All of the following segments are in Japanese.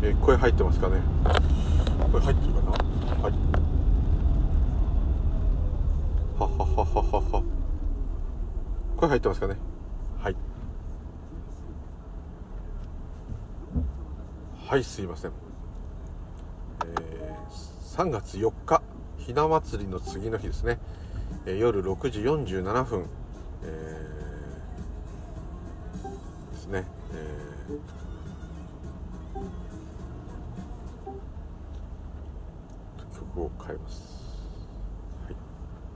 声入ってますかね。声入ってるかな。はい。はははははは。声入ってますかね。はい。はい、すいません。3月4日ひな祭りの次の日ですね。夜6時47分、ですね。曲を変えます。はい。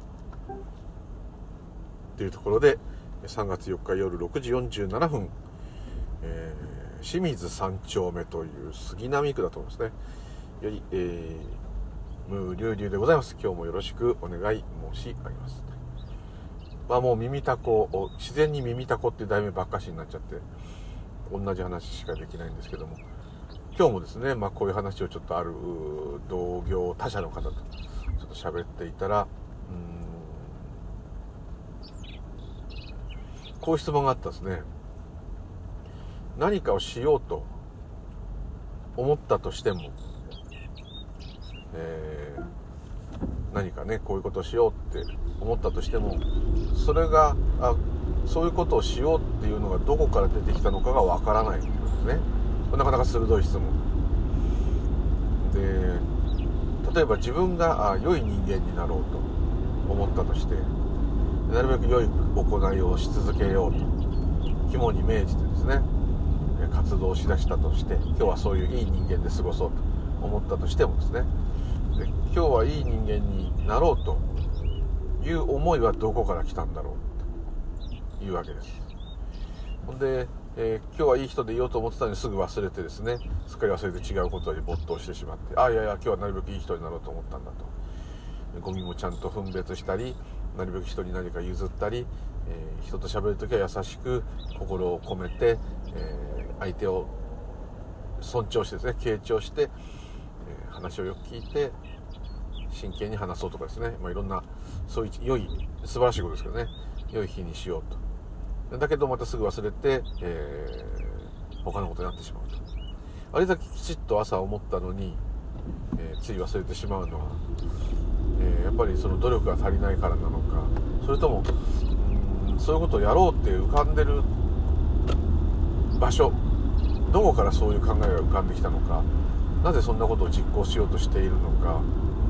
というところで3月4日夜6時47分、清水三丁目という杉並区だと思いますね。より、ムーリュウリュウでございます。今日もよろしくお願い申し上げます。まあもう耳たこ、自然に耳たこっていう題名ばっかしになっちゃって同じ話しかできないんですけども、今日もですね、まあこういう話をちょっとある同業他社の方とちょっと喋っていたら、こういう質問があったんですね。何かをしようと思ったとしても、何かねこういうことをしようって思ったとしても、それがそういうことをしようっていうのがどこから出てきたのかがわからないんですね。なかなか鋭い質問で、例えば自分が良い人間になろうと思ったとして、なるべく良い行いをし続けようと肝に銘じてですね活動しだしたとして、今日はそういういい人間で過ごそうと思ったとしてもですね、で今日はいい人間になろうという思いはどこから来たんだろうというわけです。ほんで、今日はいい人でいようと思ってたのにすぐ忘れてですね、すっかり忘れて違うことに没頭してしまって、いやいや今日はなるべくいい人になろうと思ったんだと、ゴミもちゃんと分別したり、なるべく人に何か譲ったり、人と喋るときは優しく心を込めて、相手を尊重してですね、傾聴して、話をよく聞いて真剣に話そうとかですね、いろんなそういう良い素晴らしいことですけどね、良い日にしようと。だけどまたすぐ忘れて、他のことになってしまうと。あれだけきちっと朝思ったのに、つい忘れてしまうのは、やっぱりその努力が足りないからなのか、それともそういうことをやろうって浮かんでる場所、どこからそういう考えが浮かんできたのか、なぜそんなことを実行しようとしているのか、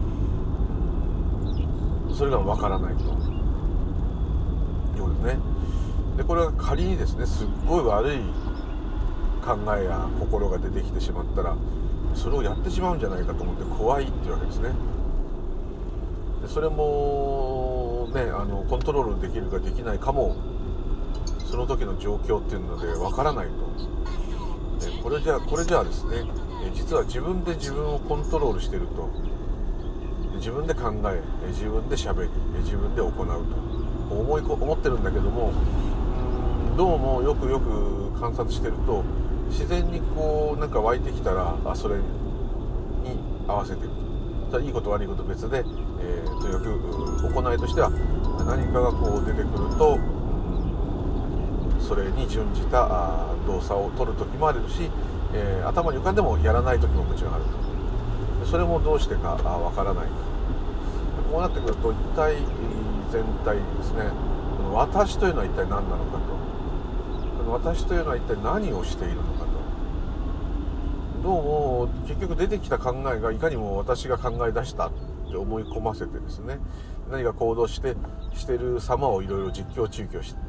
それがわからないということですね。でこれが仮にですね、すっごい悪い考えや心が出てきてしまったら、それをやってしまうんじゃないかと思って怖いっていうわけですね。でそれもね、コントロールできるかできないかもその時の状況っていうのでわからないと。でこれじゃあですね、実は自分で自分をコントロールしてると、自分で考え、自分で喋り、自分で行うと思ってるんだけども、どうもよく観察してると、自然にこうなんか湧いてきたらそれに合わせてると。いいこと悪いこと別で、とにかく行いとしては何かがこう出てくると、それに準じた動作を取る時もあるし、頭に浮かんでもやらない時ももちろんあると。それもどうしてかわからない。こうなってくると一体全体にですね、私というのは一体何なのかと、私というのは一体何をしているのかと、どうも結局出てきた考えがいかにも私が考え出したって思い込ませてですね、何か行動してる様をいろいろ実況中継して、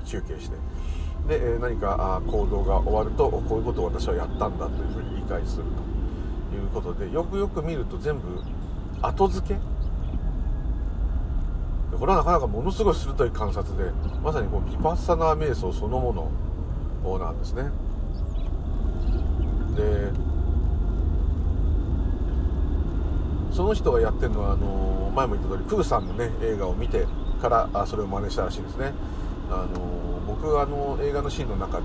で何か行動が終わると、こういうことを私はやったんだというふうに理解するということで、よく見ると全部後付け。これはなかなかものすごい鋭い観察で、まさにこうヴィパッサナー瞑想そのものなんですね。でその人がやってるのは前も言った通りプーさんのね映画を見てからそれを真似したらしいんですね。僕は映画のシーンの中で、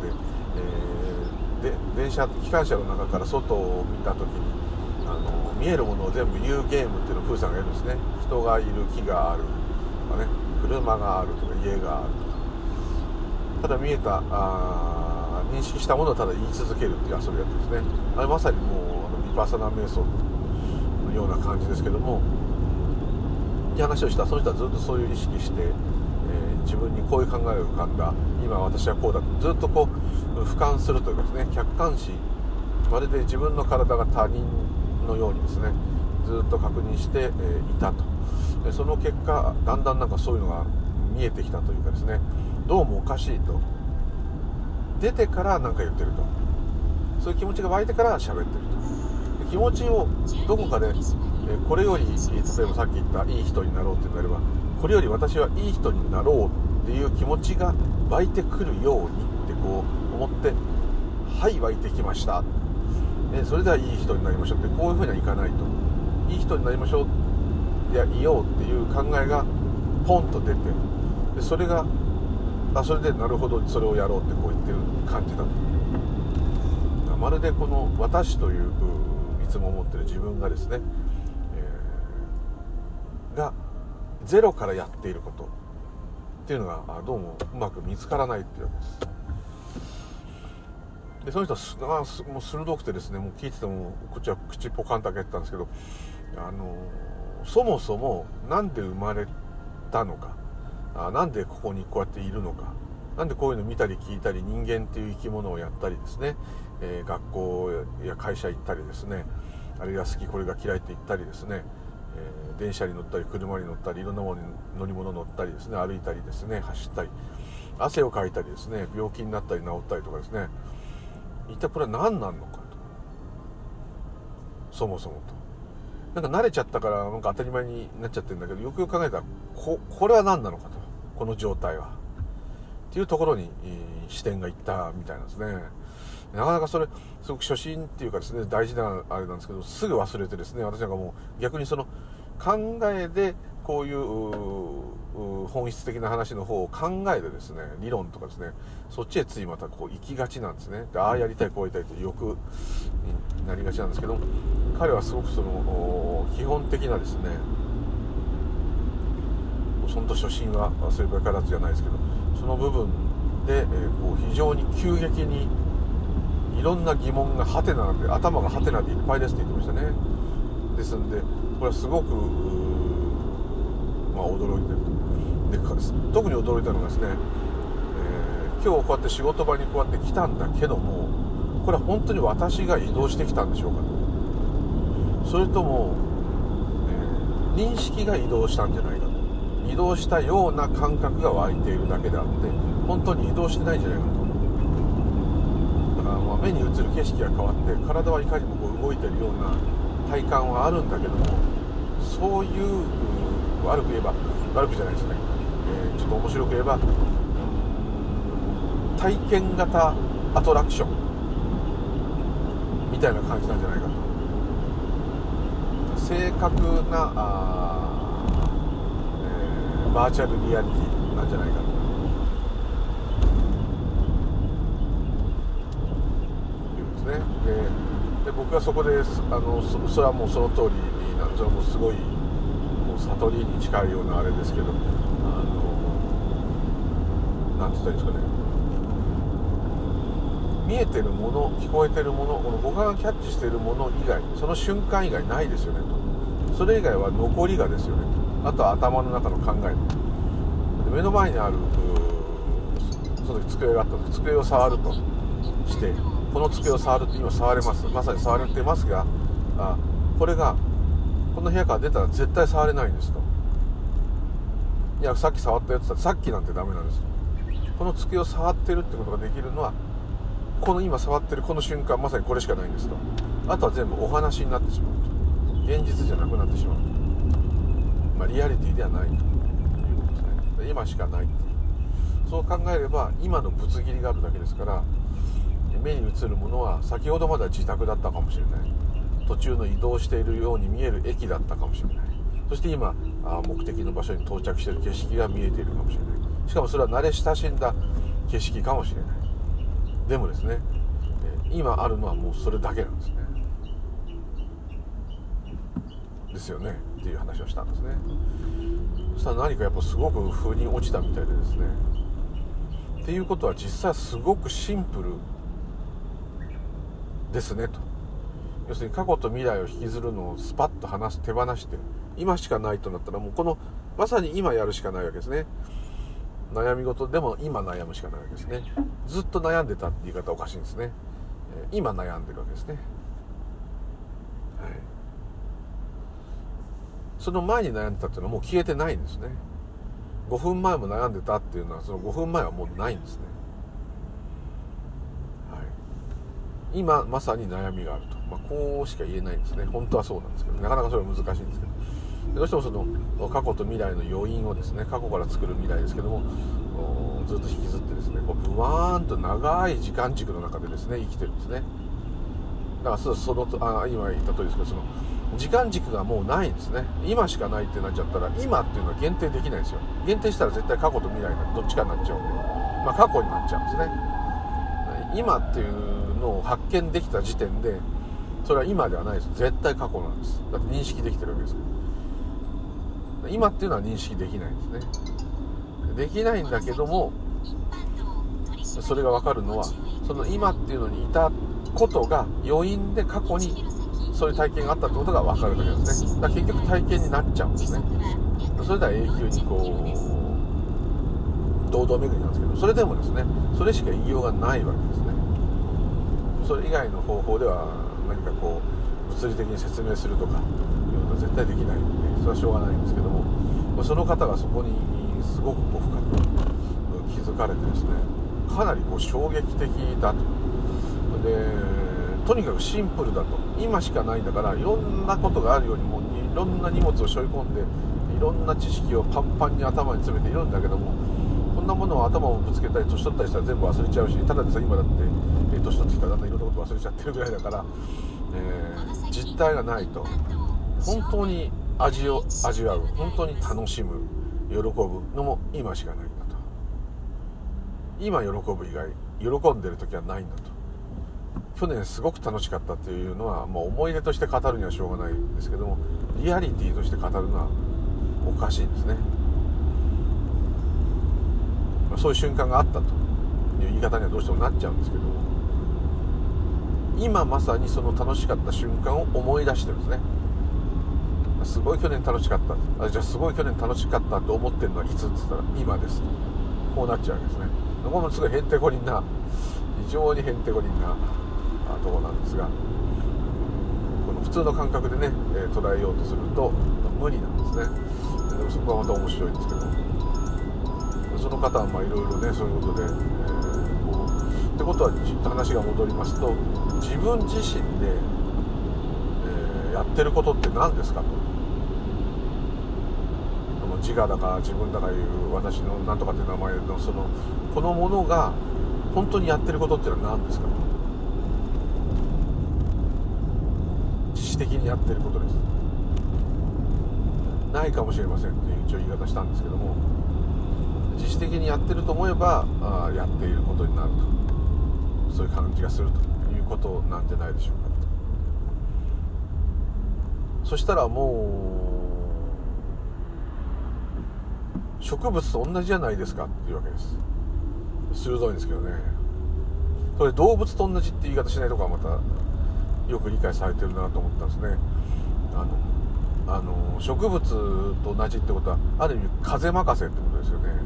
機関車の中から外を見た時に見えるものを全部言うゲームっていうのをプーさんがやるんですね。人がいる、木があるとかね、車があるとか家があるとか、ただ見えた認識したものをただ言い続けるっていう遊びだったんですね。あれまさにもうヴィパーサナ瞑想のような感じですけども、って話をしたその人はずっとそういう意識して、自分にこういう考えが浮かんだ、今私はこうだとずっとこう俯瞰するというかですね、客観視、まるで自分の体が他人のようにですねずっと確認して、いたと。でその結果だんだんなんかそういうのが見えてきたというかですね、どうもおかしいと、出てから何か言ってると、そういう気持ちが湧いてから喋ってると。気持ちをどこかで、これより例えばさっき言ったいい人になろうっていうのであれば、これより私はいい人になろうっていう気持ちが湧いてくるようにってこう思って、はい湧いてきました、それではいい人になりましょうって、こういうふうにはいかないと、いい人になりましょう、いやいようっていう考えがポンと出て、でそれがそれでなるほどそれをやろうってこう言ってる感じだと。まるでこの私といういつも思ってる自分がですね、がゼロからやっていることっていうのがどうもうまく見つからないっていうわけです。でその人はもう鋭くてですね、もう聞いててもこっちは口ポカンと開けてたんですけど、そもそもなんで生まれたのか、なんでここにこうやっているのか、なんでこういうの見たり聞いたり、人間っていう生き物をやったりですね、学校や会社行ったりですね、あれが好きこれが嫌いって言ったりですね、電車に乗ったり車に乗ったり、いろんなものに乗り物乗ったりですね、歩いたりですね、走ったり、汗をかいたりですね、病気になったり治ったりとかですね、一体これは何なのかと、そもそもと、なんか慣れちゃったからなんか当たり前になっちゃってるんだけど、よくよく考えたらこれは何なのかと、この状態はっていうところに、視点がいったみたいなんですね。なかなかそれすごく初心っていうかですね、大事なあれなんですけど、すぐ忘れてですね、私なんかもう逆にその考えでこういう本質的な話の方を考えてですね、理論とかですね、そっちへついまたこう行きがちなんですね。でああやりたいこうやりたいという欲になりがちなんですけど、彼はすごくその基本的なですね、本当初心は忘ればからずじゃないですけど、その部分で、こう非常に急激にいろんな疑問がハテナなんで、頭がハテナでいっぱいですって言ってましたね。ですんでこれはすごく驚いてると。で特に驚いたのがですね、今日こうやって仕事場にこうやって来たんだけども、これは本当に私が移動してきたんでしょうかと、それとも、認識が移動したんじゃないかと、移動したような感覚が湧いているだけであって本当に移動してないんじゃないかと。だから目に映る景色が変わって体はいかにもこう動いてるような体感はあるんだけども、そういう悪く言えば悪くじゃないですね、ちょっと面白く言えば体験型アトラクションみたいな感じなんじゃないかと。正確なバーチャルリアリティなんじゃないかというですね。で僕はそこでそれはもうその通りなんですよ。もうすごいもう悟りに近いようなあれですけど、なんて言ったらいいんですかね、見えてるもの、聞こえてるもの、この五感がキャッチしているもの以外、その瞬間以外ないですよねと。それ以外は残りがですよねと。あとは頭の中の考え。目の前にあるその机があったので、机を触るとして、この机を触ると今触れます、まさに触れてますが、これがこの部屋から出たら絶対触れないんですと。いやさっき触ったやつだ、さっきなんてダメなんです。この机を触ってるってことができるのはこの今触ってるこの瞬間、まさにこれしかないんですと。あとは全部お話になってしまうと、現実じゃなくなってしまうと、リアリティではないということですね。今しかないっていう、そう考えれば今のぶつ切りがあるだけですから、目に映るものは先ほどまでは自宅だったかもしれない、途中の移動しているように見える駅だったかもしれない、そして今目的の場所に到着している景色が見えているかもしれない、しかもそれは慣れ親しんだ景色かもしれない。でもですね、今あるのはもうそれだけなんですね。ですよねっていう話をしたんですね。そしたら何かやっぱすごく腑に落ちたみたいでですね、っていうことは実際すごくシンプルですねと。 要するに過去と未来を引きずるのをスパッと手放して今しかないとなったら、もうこのまさに今やるしかないわけですね。悩み事でも今悩むしかないわけですね。ずっと悩んでたって言い方おかしいんですね。今悩んでるわけですね。はい、その前に悩んでたっていうのはもう消えてないんですね。5分前も悩んでたっていうのはその5分前はもうないんですね。はい、今まさに悩みがあると、こうしか言えないんですね。本当はそうなんですけど、なかなかそれは難しいんですけど、どうしてもその過去と未来の余韻をですね、過去から作る未来ですけども、ずっと引きずってですね、こうブワーンと長い時間軸の中でですね生きてるんですね。だから今言った通りですけど、その時間軸がもうないんですね。今しかないってなっちゃったら、今っていうのは限定できないんですよ。限定したら絶対過去と未来がどっちかになっちゃうんで、過去になっちゃうんですね。今っていうのを発見できた時点でそれは今ではないです。絶対過去なんです。だって認識できてるわけですから。今っていうのは認識できないんですね。できないんだけども、それが分かるのはその今っていうのにいたことが余韻で過去にそういう体験があったってことが分かるだけですね。だから結局体験になっちゃうんですね。それでは永久にこう堂々巡りなんですけど、それでもですね、それしか言いようがないわけですね。それ以外の方法では何かこう物理的に説明するとかいうことは絶対できないので、それはしょうがないんですけども、その方がそこにすごくこう深く気づかれてですね、かなりこう衝撃的だと。でとにかくシンプルだと。今しかないんだから、いろんなことがあるようにもういろんな荷物を背負い込んでいろんな知識をパンパンに頭に詰めているんだけども、こんなものを頭をぶつけたり年取ったりしたら全部忘れちゃうし、ただでさ今だって年取ってきたらだんだんいろんなこと忘れちゃってるぐらいだから、実体がないと本当に味を味わう、本当に楽しむ、喜ぶのも今しかないんだと。今喜ぶ以外喜んでる時はないんだと。去年すごく楽しかったっていうのはもう思い出として語るにはしょうがないんですけども、リアリティとして語るのはおかしいんですね。そういう瞬間があったという言い方にはどうしてもなっちゃうんですけども、今まさにその楽しかった瞬間を思い出してるんですね。すごい去年楽しかった。じゃあすごい去年楽しかったと思ってるのはいつって言ったら今ですと。こうなっちゃうわけですね。これもすごいへんてこりんな、非常にへんてこりんなところなんですが、この普通の感覚でね、捉えようとすると無理なんですね。でもそこはまた面白いんですけど、その方はいろいろねそういうことで、ってことは話が戻りますと、自分自身で、やってることって何ですかと。自我だか自分だかいう私の何とかっていう名前のこのものが本当にやってることっていうのは何ですかと。自主的にやってることです。ないかもしれませんという一応言い方したんですけども、自主的にやってると思えばやっていることになると、そういう感じがするということなんじゃないでしょうか。そしたらもう植物と同じじゃないですかっていうわけです。鋭いんですけどね。これ動物と同じって言い方しないとこはまたよく理解されてるなと思ったんですね。植物と同じってことはある意味風任せってことですよね。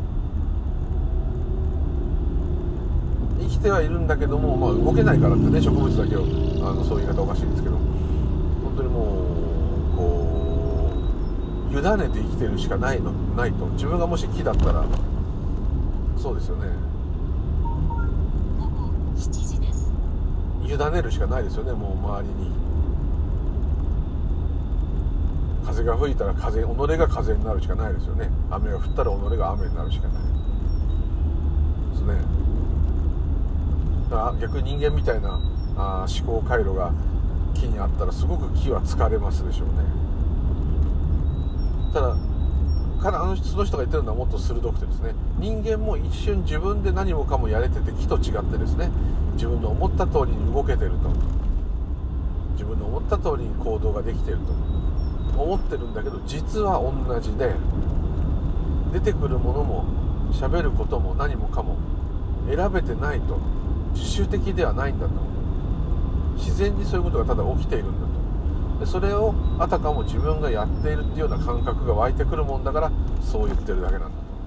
生きてはいるんだけども、動けないからってね、植物だけをそういう言い方おかしいんですけど、本当にもうこう委ねて生きてるしかないと。自分がもし木だったらそうですよね、委ねるしかないですよね。もう周りに風が吹いたら己が風になるしかないですよね。雨が降ったら己が雨になるしかないですね。だから逆に人間みたいな思考回路が木にあったらすごく木は疲れますでしょうね。ただその人が言ってるのはもっと鋭くてですね、人間も一瞬自分で何もかもやれてて木と違ってですね、自分の思った通りに動けてると、自分の思った通りに行動ができてると思ってるんだけど、実は同じで、出てくるものも喋ることも何もかも選べてないと、自主的ではないんだと。 自然にそういうことがただ起きているんだと。でそれをあたかも自分がやっているっていうような感覚が湧いてくるもんだからそう言ってるだけなんだ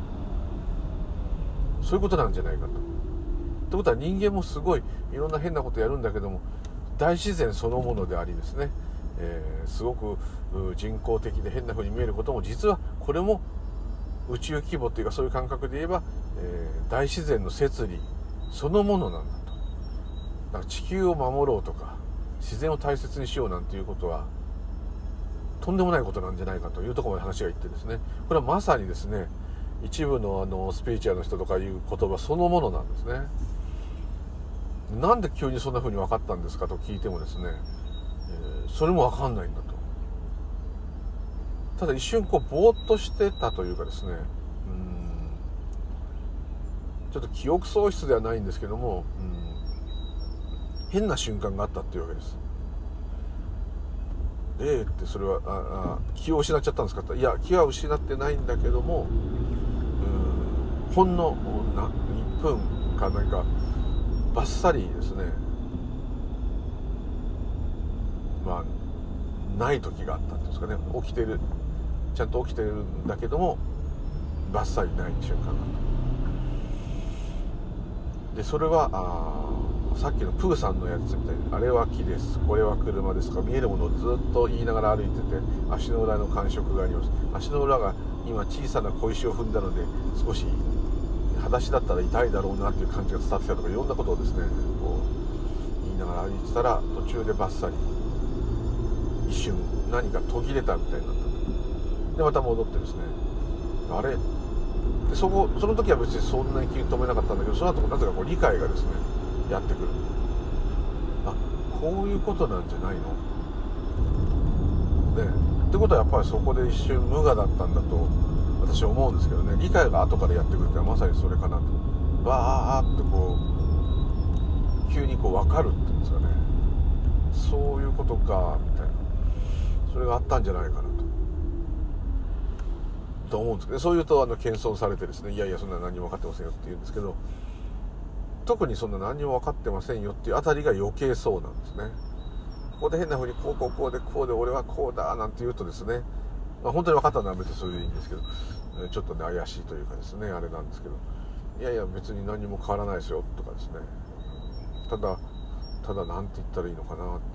と。そういうことなんじゃないかと。ってことは人間もすごいいろんな変なことやるんだけども、大自然そのものでありですね、すごく人工的で変な風に見えることも、実はこれも宇宙規模というかそういう感覚で言えば、大自然の摂理そのものなんだと。だから地球を守ろうとか自然を大切にしようなんていうことはとんでもないことなんじゃないかというところまで話がいってですね、これはまさにですね一部のスピリチュアルの人とかいう言葉そのものなんですね。なんで急にそんな風に分かったんですかと聞いてもですね、それも分かんないんだと。ただ一瞬こうぼーっとしてたというかですね、ちょっと記憶喪失ではないんですけども、変な瞬間があったっていうわけです。ってそれは気を失っちゃったんですかって、いや気は失ってないんだけども、ほんの1分か何かバッサリですね、ない時があったんですかね。起きてる、ちゃんと起きてるんだけどもバッサリない瞬間があった。でそれはさっきのプーさんのやつみたいに、あれは木です、これは車ですとか見えるものをずっと言いながら歩いてて、足の裏の感触があります。足の裏が今小さな小石を踏んだので少し裸足だったら痛いだろうなっていう感じが伝わってきたとか、いろんなことをですねこう言いながら歩いてたら、途中でバッサリ一瞬何か途切れたみたいになった。でまた戻ってですね、あれでその時は別にそんなに気に留めなかったんだけど、その後なぜかこう理解がですねやってくる。こういうことなんじゃないのね。ってことはやっぱりそこで一瞬無我だったんだと私は思うんですけどね。理解が後からやってくるってのはまさにそれかなと。バーッとこう急にこう分かるっていうんですかね、そういうことかみたいな、それがあったんじゃないかなと思うんですけど、そういうと謙遜されてですね、いやいやそんな何も分かってませんよって言うんですけど、特にそんな何も分かってませんよっていうあたりが余計そうなんですね。ここで変な風にこうで俺はこうだなんて言うとですね、本当に分かったのは別にそれでいいんですけど、ちょっとね怪しいというかですねあれなんですけど、いやいや別に何も変わらないですよとかですね、ただなんて言ったらいいのかなって、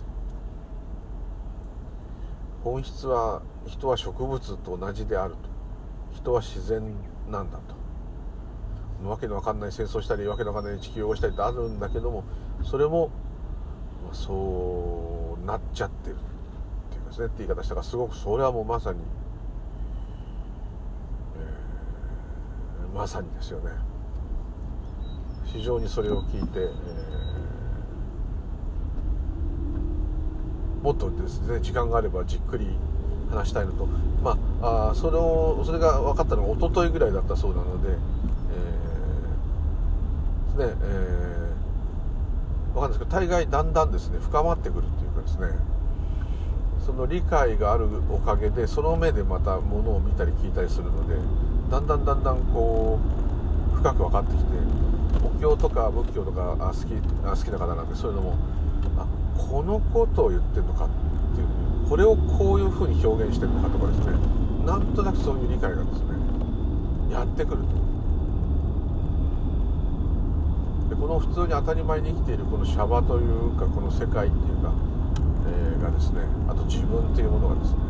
本質は人は植物と同じであると、人は自然なんだと。わけのわかんない戦争したりわけのわかんない地球を汚したりってあるんだけども、それもそうなっちゃってるっていうかですねって言い方したから、すごくそれはもうまさに、まさにですよね。非常にそれを聞いて、もっとですね時間があればじっくり話したいのと、それが分かったのが一昨日ぐらいだったそうなので、分かんないですけど、大概だんだんですね深まってくるっていうかですね、その理解があるおかげでその目でまたものを見たり聞いたりするので、だんだんこう深く分かってきて、お経とか仏教とか好きな方なんで、そういうのもこのことを言ってるのかっていう、これをこういうふうに表現してるのかとかですね、なんとなくそういう理解がですねやってくると。でこの普通に当たり前に生きているこのシャバというかこの世界っていうか、がですね、あと自分っていうものがですね、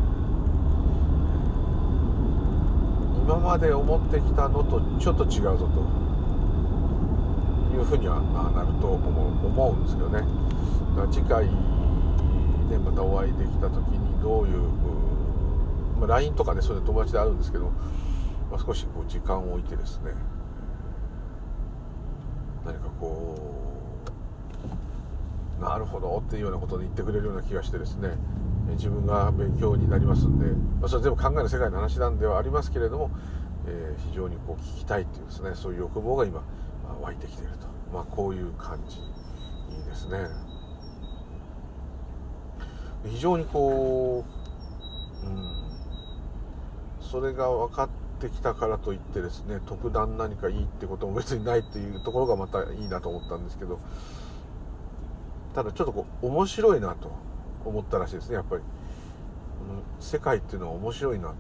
今まで思ってきたのとちょっと違うぞというふうにはなると思うんですけどね。だから次回でまたお会いできた時にどういう、LINE とかねそういう友達であるんですけど、少しこう時間を置いてですね、何かこうなるほどっていうようなことで言ってくれるような気がしてですね、自分が勉強になりますんで、それ全部考える世界の話なんではありますけれども、非常にこう聞きたいっていうですね、そういう欲望が今湧いてきていると、こういう感じですね。非常にこう、それが分かってきたからといってですね特段何かいいってことも別にないっていうところがまたいいなと思ったんですけど、 ただちょっと面白いなと思ったらしいですね。やっぱり世界っていうのは面白いなと、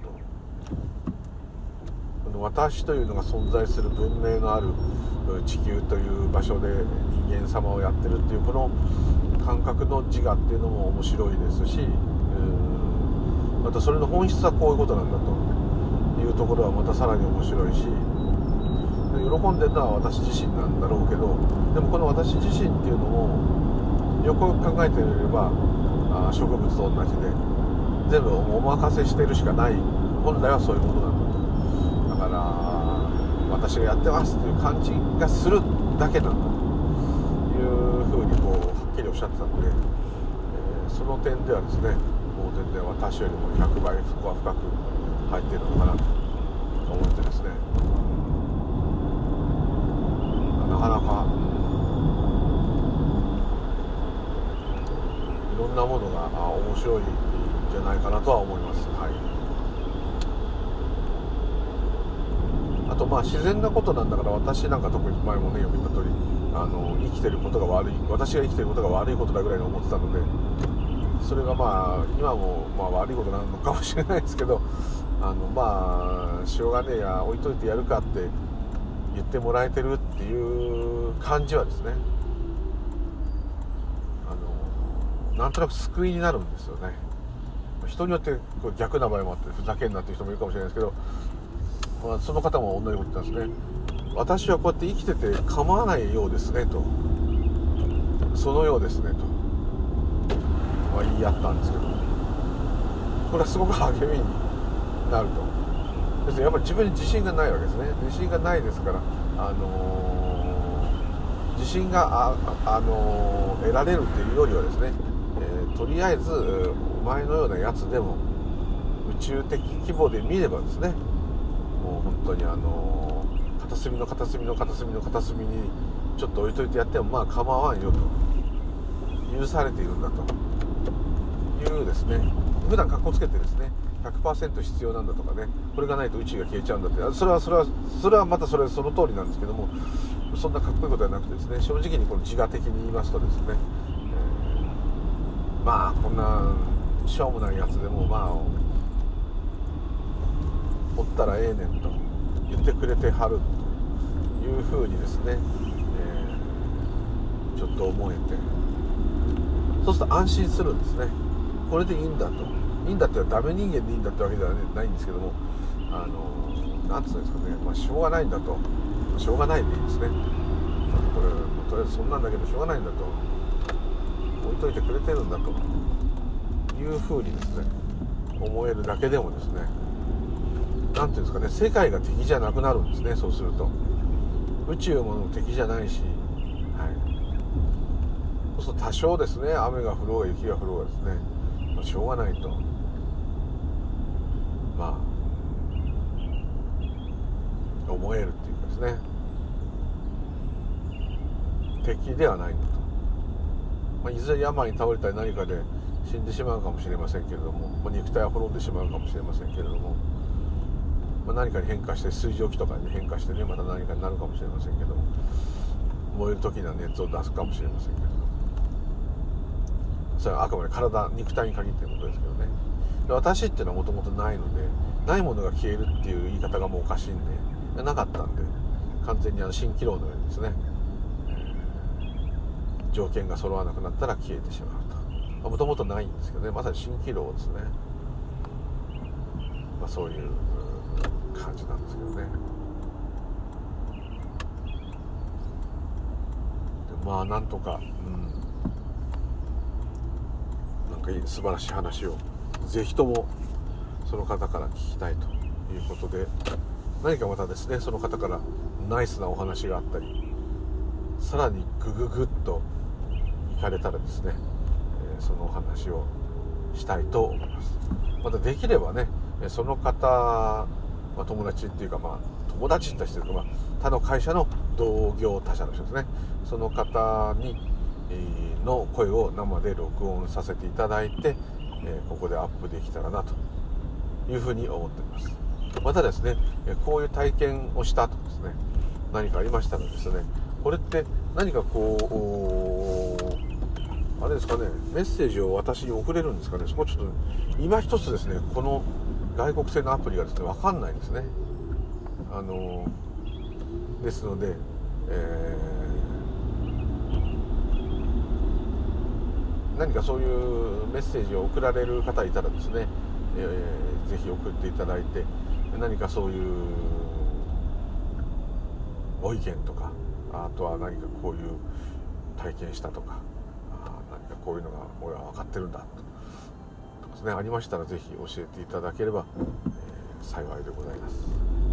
私というのが存在する文明のある地球という場所で人間様をやってるっていうこの感覚の自我っていうのも面白いですし、またそれの本質はこういうことなんだというところはまたさらに面白いし、喜んでるのは私自身なんだろうけど、でもこの私自身っていうのもよくよく考えてみれば植物と同じで全部お任せしてるしかない、本来はそういうものなんだ。だから私がやってますっていう感じがするだけなんだというふうにはっきりおっしゃってたので、その点ではですね、もう全然私よりも100倍そこは深く入っているのかなと思ってですね、なかなか、いろんなものが面白いんじゃないかなとは思います。はい。あと自然なことなんだから、私なんか特に前もね読みた通り生きてることが悪い、私が生きてることが悪いことだぐらいに思ってたので、それが今も悪いことなのかもしれないですけど、しょうがねえや置いといてやるかって言ってもらえてるっていう感じはですね、なんとなく救いになるんですよね。人によって逆な場合もあって、ふざけんなっていう人もいるかもしれないですけど、その方も同じこと言ったんですね。私はこうやって生きてて構わないようですねと、そのようですねと、言い合ったんですけど、これはすごく励みになると。ですね、やっぱり自分に自信がないわけですね。自信がないですから、自信が得られるっていうよりはですね、とりあえずお前のようなやつでも宇宙的規模で見ればですね、もう本当に片隅の片隅の片隅の片隅にちょっと置いといてやっても構わんよと、許されているんだというですね、普段格好つけてですね 100% 必要なんだとかね、これがないと宇宙が消えちゃうんだって、それはまたその通りなんですけども、そんなかっこいいことはなくてですね、正直にこの自我的に言いますとですね、こんなしょうもないやつでもおったらええねんと言ってくれてはるというふうにですね、ちょっと思えて、そうすると安心するんですね。これでいいんだと、いいんだってダメ人間でいいんだってわけではないんですけども、なんつうんですかね、しょうがないんだと、しょうがないでいいですね。これとりあえずそんなんだけどしょうがないんだと、置いといてくれてるんだというふうにですね思えるだけでもですね、なんていうんですかね、世界が敵じゃなくなるんですね。そうすると宇宙も敵じゃないし、そうすると多少ですね、雨が降ろうが雪が降ろうがですね、しょうがないと、思えるっていうかですね、敵ではないんだと、いずれ病に倒れたり何かで死んでしまうかもしれませんけれども、肉体は滅んでしまうかもしれませんけれども、何かに変化して、水蒸気とかに変化してね、また何かになるかもしれませんけども、燃える時には熱を出すかもしれませんけれども、それはあくまで肉体に限っていることですけどね。で、私っていうのはもともとないので、ないものが消えるっていう言い方がもうおかしいんで、なかったんで、完全に蜃気楼のようにですね、条件が揃わなくなったら消えてしまうと。もともとないんですけどね、まさに蜃気楼ですね。そういう感じなんですけどね。でなんとか、なんか素晴らしい話をぜひともその方から聞きたいということで、何かまたですね、その方からナイスなお話があったり、さらにグググッと行かれたらですね、そのお話をしたいと思います。またできればね、その方、友達っていうか、友達って人というか、他の会社の同業他社の人ですね、その方に、の声を生で録音させていただいて、ここでアップできたらなというふうに思っています。またですね、こういう体験をしたとですね、何かありましたらですね、これって何かあれですかね、メッセージを私に送れるんですかね。そこちょっと今一つですね、この外国製のアプリがですね分かんないんですね。ですので、何かそういうメッセージを送られる方いたらですね、ぜひ送っていただいて、何かそういうご意見とか、あとは何かこういう体験したとか、何かこういうのが俺は分かってるんだとですね、ありましたらぜひ教えていただければ、幸いでございます。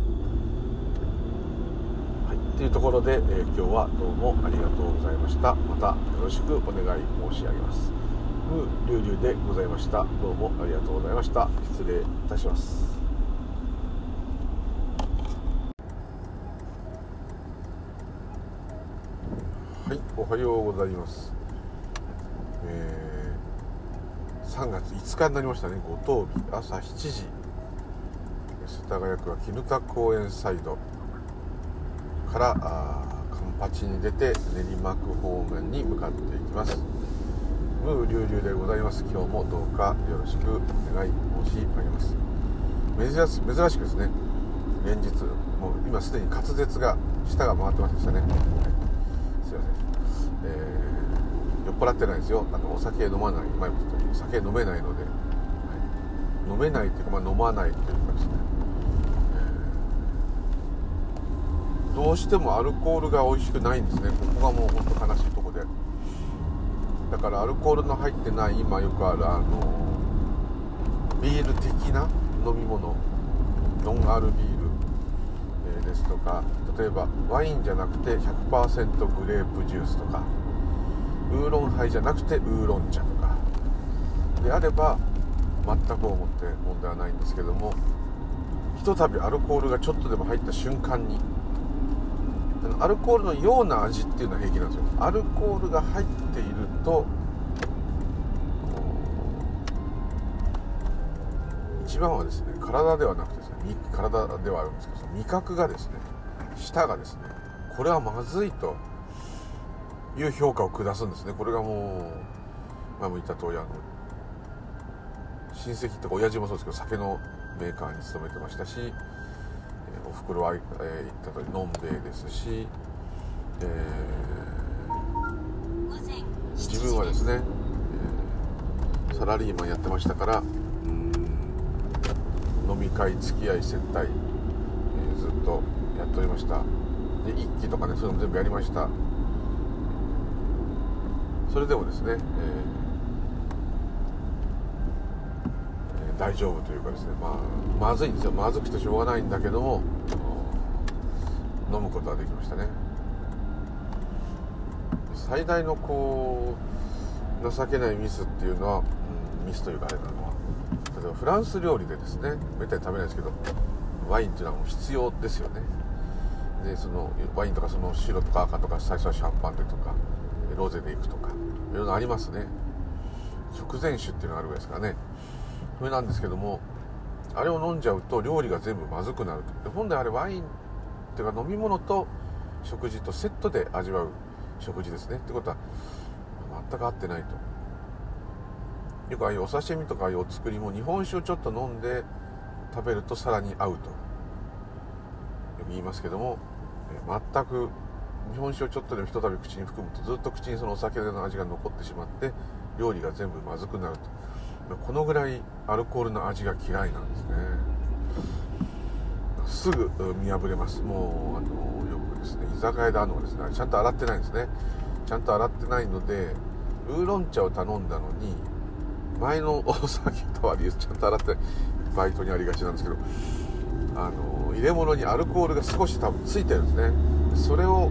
はい、というところで、今日はどうもありがとうございました。またよろしくお願い申し上げます。ムーリュウリュウでございました。どうもありがとうございました。失礼いたします。はい、おはようございます。3月5日になりましたね。五等日朝7時、世田谷区は絹田公園サイドからカンパチに出て練馬区方面に向かっていきます。ムーリュウリュウでございます。今日もどうかよろしくお願い申し上げます。珍しくですね、連日もう今すでに滑舌が舌が回ってましたね。すいません、酔っ払ってないですよ。お酒飲まない、前も言ったように酒飲めないので、飲めないっていうか、飲まないというかですね、どうしてもアルコールが美味しくないんですね。ここがもう本当悲しいところで、だからアルコールの入ってない今よくあるビール的な飲み物、ノンアルビール、ですとか、例えばワインじゃなくて 100% グレープジュースとか、ウーロンハイじゃなくてウーロン茶とかであれば全く思って問題はないんですけども、ひとたびアルコールがちょっとでも入った瞬間にアルコールのような味っていうのは平気なんですよ。アルコールが入っていると一番はですね、体ではなくてですね、体ではあるんですけど、味覚がですね、舌がですね、これはまずいという評価を下すんですね。これがもう前も言った通り、親戚とか親父もそうですけど、酒のメーカーに勤めてましたし、おふくろは言った通りのんべえですし、自分はですね、サラリーマンやってましたから、飲み会、付き合い、接待、ずっとやっておりました。で、一揆とかね、そういうのも全部やりました。それでもですね、大丈夫というかですね、まずいんですよ。まずくてしょうがないんだけども、飲むことができましたね。最大の情けないミスっていうのは、ミスというかあれなのは、例えばフランス料理でですね、めったに食べないですけど、ワインっていうのはもう必要ですよね。で、そのワインとかその白とか赤とか、最初はシャンパンでとかロゼでいくとか、いろいろありますね。食前酒っていうのがあるぐらいですからね。それなんですけども、あれを飲んじゃうと料理が全部まずくなると。で、本来あれワインっていうか飲み物と食事とセットで味わう食事ですね。ってことは全く合ってないと。よくああいうお刺身とかああいうお作りも日本酒をちょっと飲んで食べるとさらに合うとよく言いますけども、全く日本酒をちょっとでもひとたび口に含むとずっと口にそのお酒の味が残ってしまって料理が全部まずくなると。このぐらいアルコールの味が嫌いなんですね。すぐ見破れます。もうよくですね、居酒屋であるのはですね、ちゃんと洗ってないんですね。ちゃんと洗ってないので、ウーロン茶を頼んだのに前のお酒とはちゃんと洗ってバイトにありがちなんですけど、入れ物にアルコールが少し多分ついてるんですね。それを、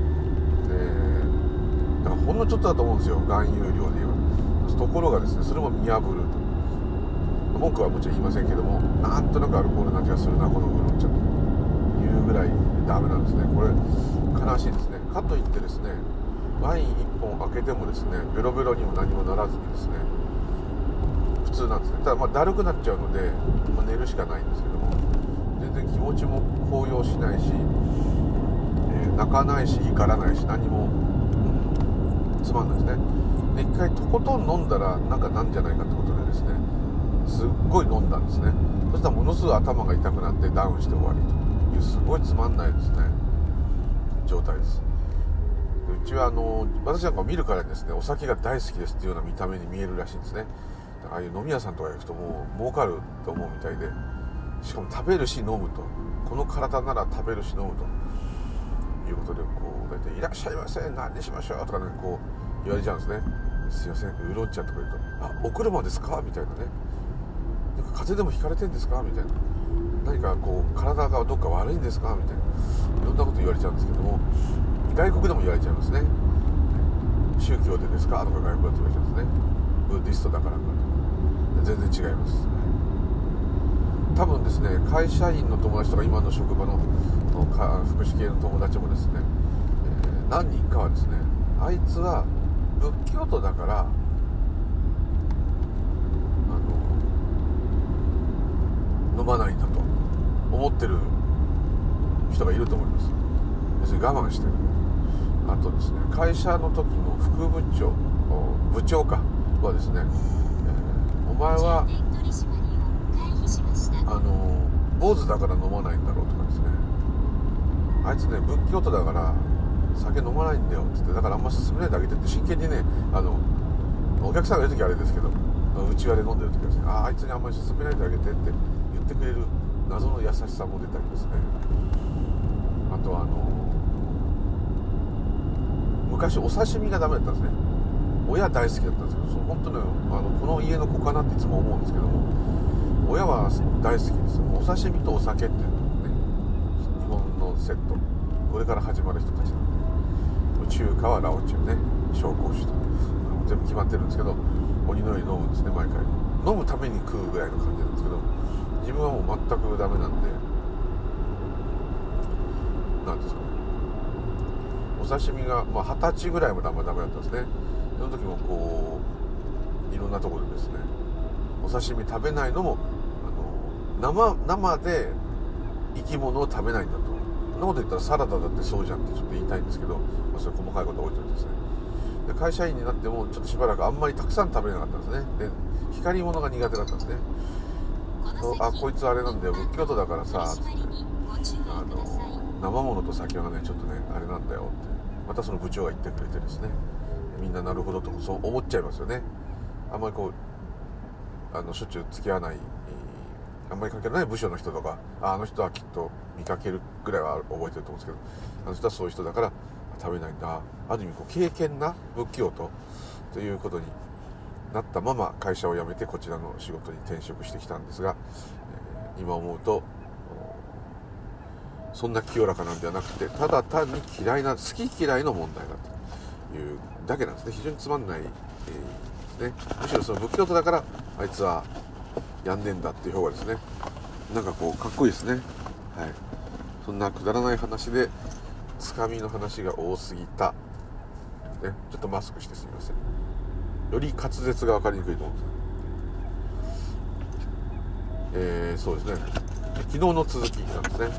だからほんのちょっとだと思うんですよ、含有量で言えば。ところがですね、それも見破ると。文句はもちろん言いませんけども、なんとなくアルコールの味がするな、このウーロン茶というぐらいダメなんですね。これ悲しいですね。かといってですね、ワイン1本開けてもですね、ベロベロにも何もならずにですね、普通なんですね。ただだるくなっちゃうので、寝るしかないんですけども、全然気持ちも高揚しないし、泣かないし怒らないし、何も、 つまんないですね。で一回とことん飲んだらなんじゃないかってことでですね、すっごい飲んだんですね。そしたらものすごい頭が痛くなってダウンして終わりという、すごいつまんないですね状態です。うちは私なんかを見るからにですね、お酒が大好きですっていうような見た目に見えるらしいんですね。ああいう飲み屋さんとか行くともう儲かると思うみたいで、しかも食べるし飲むと、この体なら食べるし飲むということで、大体いらっしゃいませ、何にしましょうとかね、言われちゃうんですね。すいません、ウーロン茶とか言うと、お車ですかみたいなね、風邪でもひかれてんですかみたいな、何か体がどっか悪いんですかみたいな、いろんなこと言われちゃうんですけども、外国でも言われちゃいますね。宗教でですかとか外国だと言われちゃうんですね。ブッディストだからかと。全然違います。多分ですね、会社員の友達とか今の職場の福祉系の友達もですね、何人かはですね、あいつは仏教徒だから飲まないんだと思ってる人がいると思います。別に我慢してる。あとですね、会社の時の副部長、部長かはですね、お前は坊主だから飲まないんだろうとかですね、あいつね仏教徒だから酒飲まないんだよって言って、だからあんま勧めないであげてって真剣にね、お客さんがいる時はあれですけど、うちわで飲んでる時はですね、あいつにあんまり勧めないであげてって言ってくれる謎の優しさも出たりですね。あとは昔お刺身がダメだったんですね。親大好きだったんですけど、本当ね、この家の子かなっていつも思うんですけども、親は大好きです。お刺身とお酒っていうのね、日本のセット、これから始まる人たちなんで、中華はラオチュウね、紹興酒と全部決まってるんですけど、鬼のように飲むんですね。毎回飲むために食うぐらいの感じなんですけど、自分はもう全くダメなんで、なんですかね、お刺身が20歳ぐらいまであんまダメだったんですね。その時もいろんなところでですね、お刺身食べないのも生で生き物を食べないんだと。そんなこと言ったらサラダだってそうじゃんってちょっと言いたいんですけど、そういう細かいことを置いてるんですね。で会社員になってもちょっとしばらくあんまりたくさん食べれなかったんですね。で光り物が苦手だったんですね。こいつあれなんだよ、仏教徒だからさつって生物と酒はねちょっとねあれなんだよってまたその部長が言ってくれてですね、みんななるほどとそう思っちゃいますよね。あんまりしょっちゅう付き合わない、あんまり関係ない部署の人とか、あの人はきっと見かけるぐらいは覚えてると思うんですけど、あの人はそういう人だから食べないんだ、ある意味敬虔な仏教徒ということになったまま会社を辞めてこちらの仕事に転職してきたんですが、今思うとそんな清らかなんではなくて、ただ単に好き嫌いの問題だというだけなんですね。非常につまんない、ね、むしろその仏教徒だからあいつはやんねんだっていう方がですね、かっこいいですね。はい、そんなくだらない話でつかみの話が多すぎた、ね、ちょっとマスクしてすみません。より滑舌が分かりにくいと思うんです。そうですね、昨日の続きなんですね。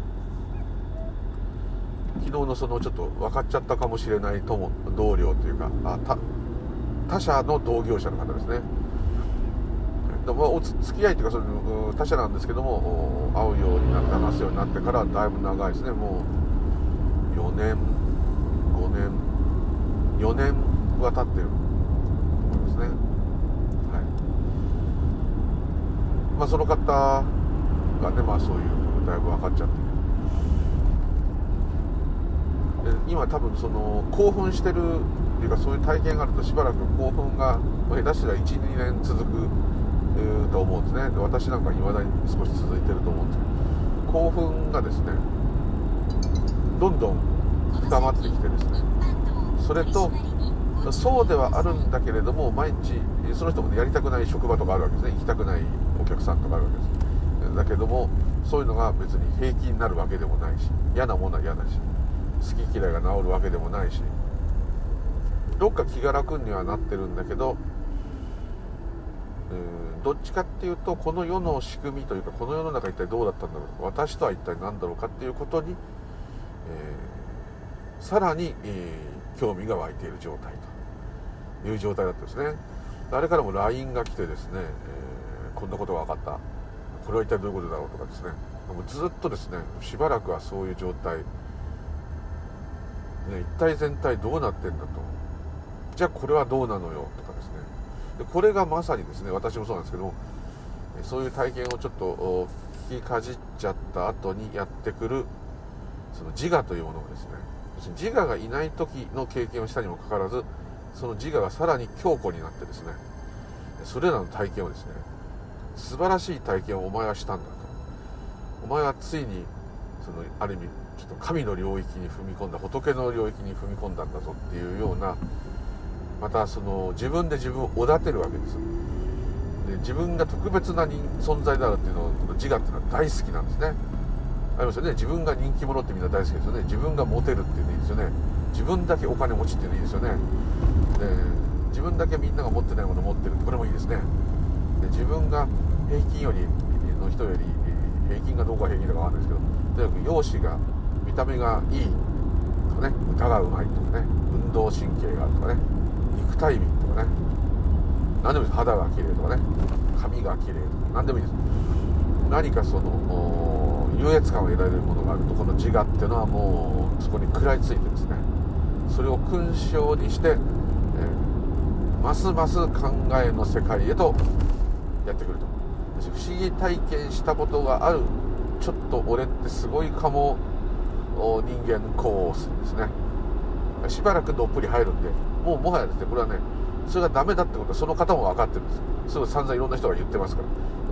昨日のちょっと分かっちゃったかもしれない同僚というか他社の同業者の方ですね。お付き合いというか他社なんですけども、会うようになって話すようになってからだいぶ長いですね。もう4年は経ってると思いますね。はい、その方がね、そういうだいぶ分かっちゃって、今多分興奮してるっていうか、そういう体験があるとしばらく興奮が下手したら 1,2 年続くと思うんですね。で私なんか未だに少し続いてると思うんですけど、興奮がですねどんどん深まってきてですね、それとそうではあるんだけれども、毎日その人もやりたくない職場とかあるわけですね。行きたくないお客さんとかあるわけです。だけどもそういうのが別に平気になるわけでもないし、嫌なものは嫌だし、好き嫌いが治るわけでもないし、どっか気が楽にはなってるんだけど、どっちかっていうとこの世の仕組みというか、この世の中一体どうだったんだろう、私とは一体何だろうかっていうことに、さらに、興味が湧いている状態いう状態だったんですね。あれからも LINE が来てですね、こんなことが分かった、これは一体どういうことだろうとかですね、もうずっとですねしばらくはそういう状態、一体全体どうなってんだと、じゃあこれはどうなのよとかですね、でこれがまさにですね、私もそうなんですけども、そういう体験をちょっと聞きかじっちゃった後にやってくるその自我というものがですね、自我がいない時の経験をしたにもかかわらず、その自我がさらに強固になってですね、それらの体験をですね、素晴らしい体験をお前はしたんだと、お前はついにそのある意味ちょっと神の領域に踏み込んだ、仏の領域に踏み込んだんだぞっていうような、またその自分で自分をおだてるわけです。で自分が特別な存在であるっていうのを自我っていうのは大好きなんですね。ありますよね。自分が人気者ってみんな大好きですよね。自分がモテるっていうのいいですよね。自分だけお金持ちっていうのいいですよね。で自分だけみんなが持ってないものを持ってるってこれもいいですね。で自分が平均よりの人より平均がどうか平均だかわかんないですけど、とにかく容姿が見た目がいいとかね、歌がうまいとかね、運動神経があるとかね、肉体美とかね、何でもいいです。肌が綺麗とかね、髪が綺麗とか何でもいいです。何かその優越感を得られるものがあると、この自我っていうのはもうそこに食らいついてですね、それを勲章にして、ますます考えの世界へとやってくると。不思議体験したことがある、ちょっと俺ってすごいかも人間コースですね、しばらくどっぷり入るんで、もはやですね、これはね、それがダメだってことはその方も分かってるんです。すぐ散々いろんな人が言ってますから、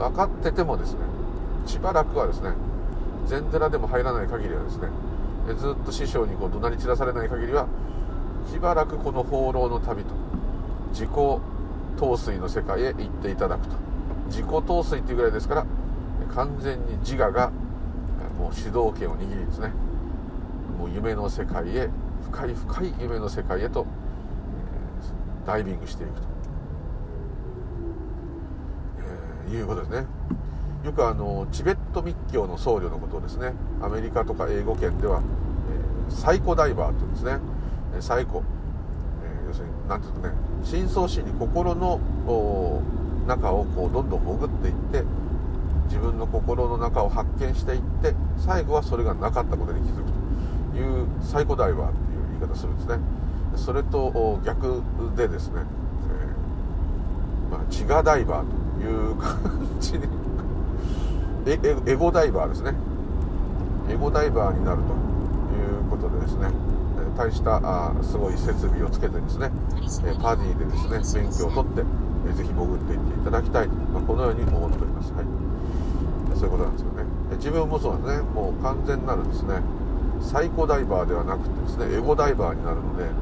分かっててもですね、しばらくはですね、禅寺でも入らない限りはですね、ずっと師匠にこう怒鳴り散らされない限りは、しばらくこの放浪の旅と自己陶酔の世界へ行っていただくと。自己陶酔っていうぐらいですから、完全に自我がもう主導権を握りですね、もう夢の世界へ、深い深い夢の世界へと、ダイビングしていくと、いうことですね。よくチベット密教の僧侶のことをですね、アメリカとか英語圏では、サイコダイバーというんですね。サイコ、要するに何ていうかね、深層心理、心の中をこうどんどん潜っていって、自分の心の中を発見していって、最後はそれがなかったことに気づくというサイコダイバーっていう言い方するんですね。それと逆でですね、自我ダイバーという感じにエゴダイバーですね。エゴダイバーになるということでですね、大したすごい設備をつけてですね、パディでですね勉強を取って、ぜひ潜っていっていただきたいと、このように思っております。はい、そういうことなんですよね。自分もそうなんですね。もう完全なるですね、サイコダイバーではなくてですね、エゴダイバーになるので、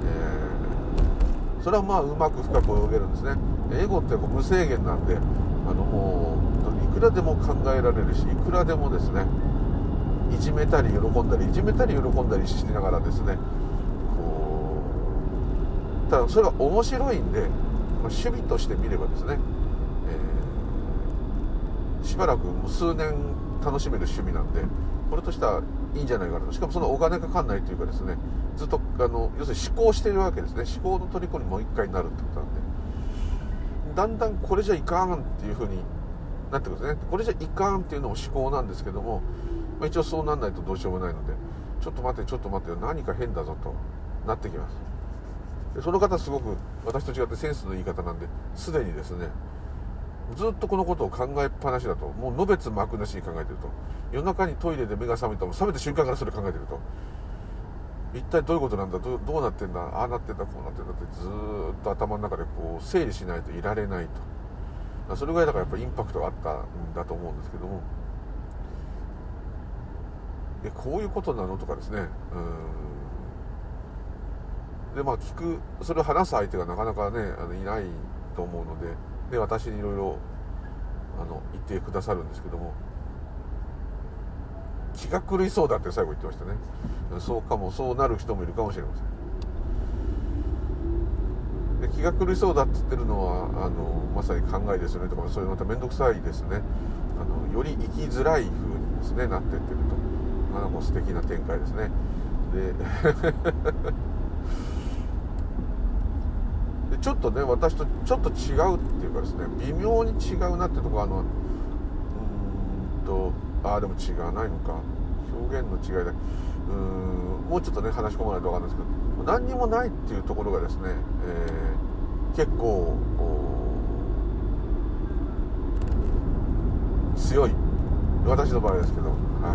それはうまく深く泳げるんですね。エゴって無制限なんで、もういくらでも考えられるし、いくらでもですね、いじめたり喜んだり、いじめたり喜んだりしながらですね、こうただそれが面白いんで、趣味として見ればですね、しばらくもう数年楽しめる趣味なんで、これとしてはいいんじゃないかなと。しかもそのお金かかんないというかですね、ずっと要するに思考しているわけですね。思考の虜にもう一回なるってことなんで、だんだんこれじゃいかんっていう風になってくるんですね。これじゃいかんっていうのも思考なんですけども、一応そうなんないとどうしようもないので、ちょっと待って何か変だぞとなってきます。でその方すごく私と違ってセンスのいい方なんで、すでにですね、ずっとこのことを考えっぱなしだと、もうのべつ幕なしに考えてると、夜中にトイレで目が覚めた瞬間からそれ考えてると、一体どういうことなんだ、どうなってんだ、ああなってんだ、こうなってんだって、ずーっと頭の中でこう整理しないといられないと。それぐらいだからやっぱりインパクトがあったんだと思うんですけども、こういうことなのとかですね、でそれを話す相手がなかなかねいないと思うので、私にいろいろ言ってくださるんですけども、気が狂いそうだって最後言ってましたね。そうなる人もいるかもしれません。で気が狂いそうだって言ってるのはまさに考えですよねとか、そういうまた面倒くさいですね。より生きづらい風にですねなっていってると、素敵な展開ですね。ででちょっとね私とちょっと違うっていうかですね、微妙に違うなってところでも違わないのか、表現の違いでもうちょっとね話し込まないと分かんないですけど、何にもないっていうところがですね、結構強い、私の場合ですけど、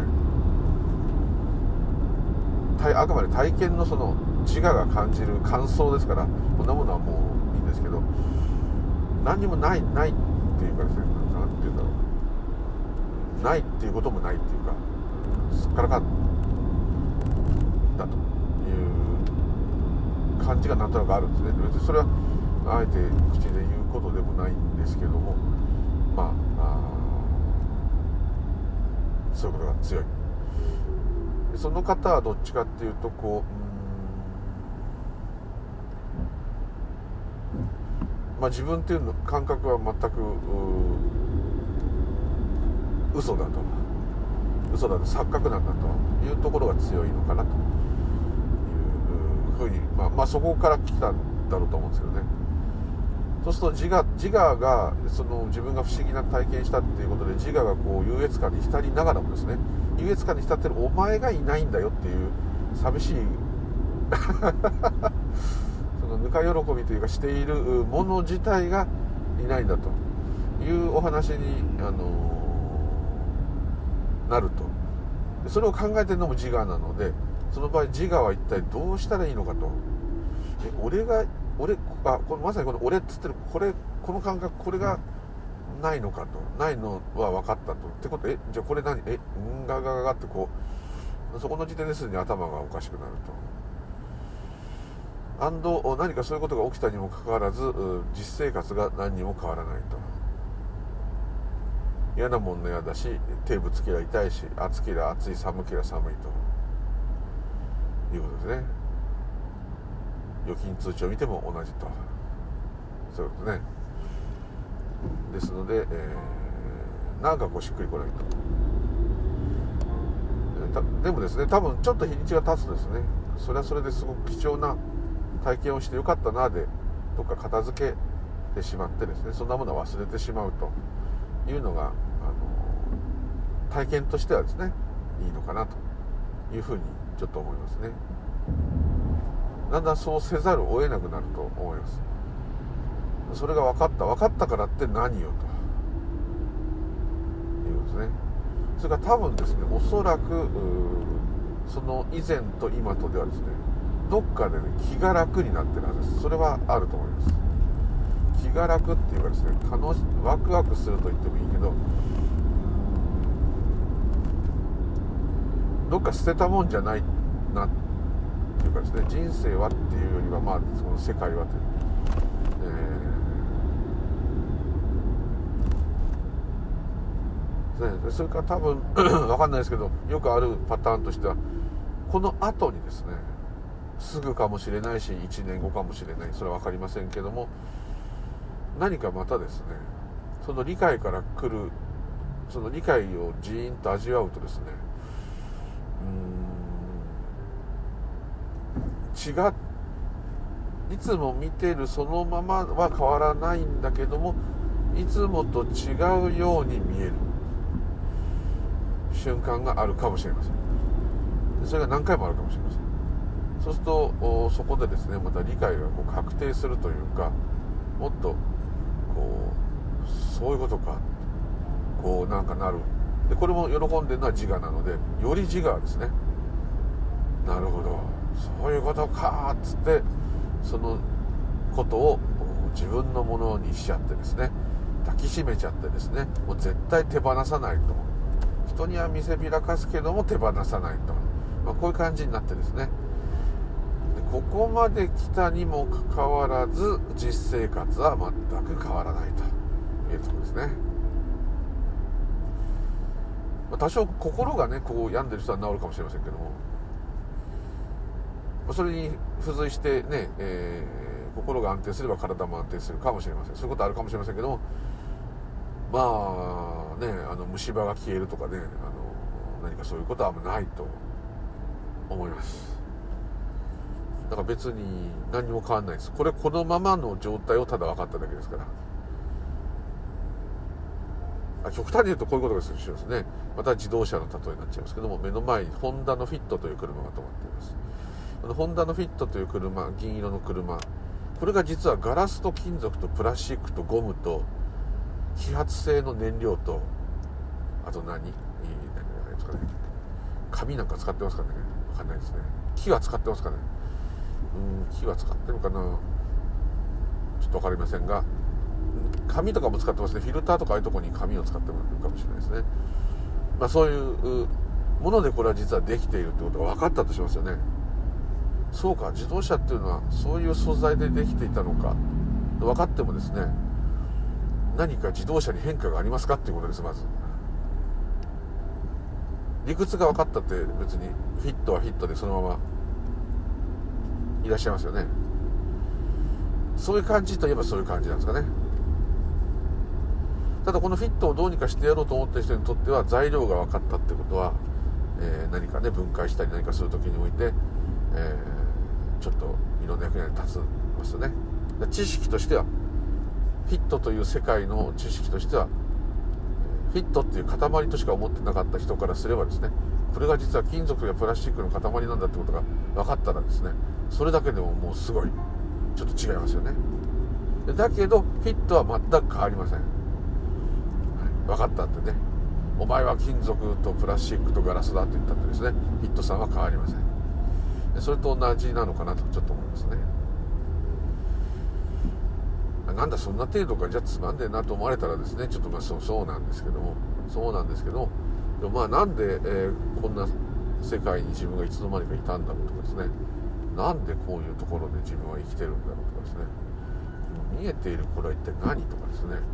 あくまで体験のその自我が感じる感想ですから、こんなものはもういいんですけど、何にもないっていうかですね、なんていうんだろう、ないっていうこともないっていうか、すっからかんだという感じがなんとなくあるんですね。別にそれはあえて口で言うことでもないんですけども、そういうことが強い。その方はどっちかっていうと自分っていうの感覚は全く嘘だと錯覚なんだというところが強いのかなというふうに、そこから来たんだろうと思うんですけどね。そうすると自我がその自分が不思議な体験したっていうことで、自我がこう優越感に浸りながらもですね、優越感に浸ってるお前がいないんだよっていう寂しいそのぬか喜びというかしているもの自体がいないんだというお話に、なると。それを考えてるのも自我なので、その場合自我は一体どうしたらいいのかと。まさにこの俺っつってるこの感覚、これがないのかと、ないのは分かったと。ってことじゃあこれ何ガガガガってこう、そこの時点ですでに頭がおかしくなると。何かそういうことが起きたにもかかわらず、実生活が何にも変わらないと。嫌なもんの嫌だし、手ぶつけりゃ痛いし、暑けりゃ暑い、寒けりゃ寒いということですね。預金通帳を見ても同じと、そういうことね。ですので、なんかこうしっくりこないと。でもですね、多分ちょっと日にちが経つとですね、それはそれですごく貴重な体験をしてよかったなでどっか片付けてしまってですね、そんなものは忘れてしまうというのが体験としてはですね、いいのかなというふうにちょっと思いますね。だんだんそうせざるを得なくなると思います。それが分かったからって何よということですね。それから多分ですね、おそらくその以前と今とではですね、どっかでね気が楽になってるはずです。それはあると思います。気が楽っていうかですね、ワクワクすると言ってもいいけど、どっか捨てたもんじゃないなっていうかですね、人生はっていうよりはその世界はという、それから多分分かんないですけど、よくあるパターンとしては、この後にですね、すぐかもしれないし1年後かもしれない、それは分かりませんけども、何かまたですね、その理解から来る、その理解をじーんと味わうとですね、いつも見てるそのままは変わらないんだけども、いつもと違うように見える瞬間があるかもしれません。それが何回もあるかもしれません。そうするとそこでですね、また理解がこう確定するというか、もっとこうそういうことか、こうなんかなる。でこれも喜んでるのは自我なので、より自我ですね、なるほどそういうことかっつって、そのことを自分のものにしちゃってですね、抱きしめちゃってですね、もう絶対手放さないと。人には見せびらかすけども手放さないと、こういう感じになってですね、でここまで来たにもかかわらず実生活は全く変わらないというところですね。多少心がねこう病んでる人は治るかもしれませんけども、それに付随してね、心が安定すれば体も安定するかもしれません。そういうことあるかもしれませんけども、虫歯が消えるとかね、何かそういうことはあんまないと思います。 だから別に何も変わんないです。このままの状態をただ分かっただけですから。極端に言うとこういうことがするしですね。また自動車の例えになっちゃいますけども、目の前にホンダのフィットという車が止まっています。ホンダのフィットという車、銀色の車、これが実はガラスと金属とプラスチックとゴムと揮発性の燃料と、あと何ですかね、紙なんか使ってますかね、分かんないですね。木は使ってますかね、木は使ってるのかな、ちょっと分かりませんが、紙とかも使ってますね。フィルターとかああいうところに紙を使ってもらうかもしれないですね。そういうものでこれは実はできているということが分かったとしますよね。そうか、自動車っていうのはそういう素材でできていたのか分かってもですね、何か自動車に変化がありますかっていうことです。まず理屈が分かったって別にフィットはフィットでそのままいらっしゃいますよね。そういう感じといえばそういう感じなんですかね。ただこのフィットをどうにかしてやろうと思った人にとっては材料が分かったってことは、何かね分解したり何かする時において、ちょっといろんな役に立つますよね。知識としてはフィットという世界の知識としてはフィットっていう塊としか思ってなかった人からすればですね、これが実は金属やプラスチックの塊なんだってことが分かったらですね、それだけでももうすごいちょっと違いますよね。だけどフィットは全く変わりません。分かったってね、お前は金属とプラスチックとガラスだって言ったってですね、フィットさんは変わりません。それと同じなのかなとちょっと思いますね。なんだそんな程度か、じゃあつまんねえなと思われたらですね、ちょっとそうなんですけども、でもなんで、こんな世界に自分がいつの間にかいたんだろうとかですね、なんでこういうところで自分は生きてるんだろうとかですね、見えているこれは一体何とかですね、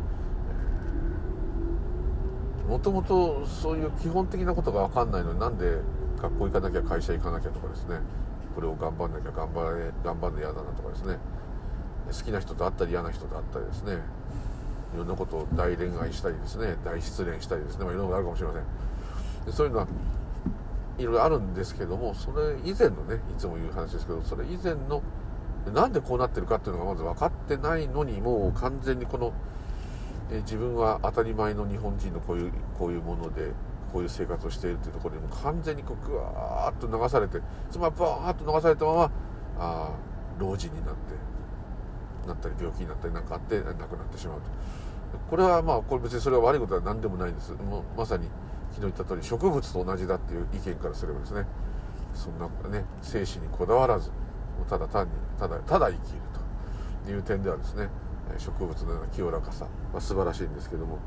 もともとそういう基本的なことが分かんないのに、なんで学校行かなきゃ会社行かなきゃとかですね、これを頑張んなきゃ頑張んで嫌だなとかですね、好きな人と会ったり嫌な人と会ったりですね、いろんなことを大恋愛したりですね、大失恋したりですね、いろんなことあるかもしれません。でそういうのはいろいろあるんですけども、それ以前のね、いつも言う話ですけど、それ以前のなんでこうなってるかっていうのがまず分かってないのに、もう完全にこの、自分は当たり前の日本人のこういうものでこういう生活をしているというところにも完全にこうグワーッと流されて、つまりバーッと流されたまま老人になったり病気になったりなんかあって亡くなってしまうと。これはこれ別にそれは悪いことは何でもないんです。もうまさに昨日言った通り植物と同じだっていう意見からすればですね、そんなね生死にこだわらず、ただ単にただ生きるという点ではですね、植物のような清らかさは素晴らしいんですけども、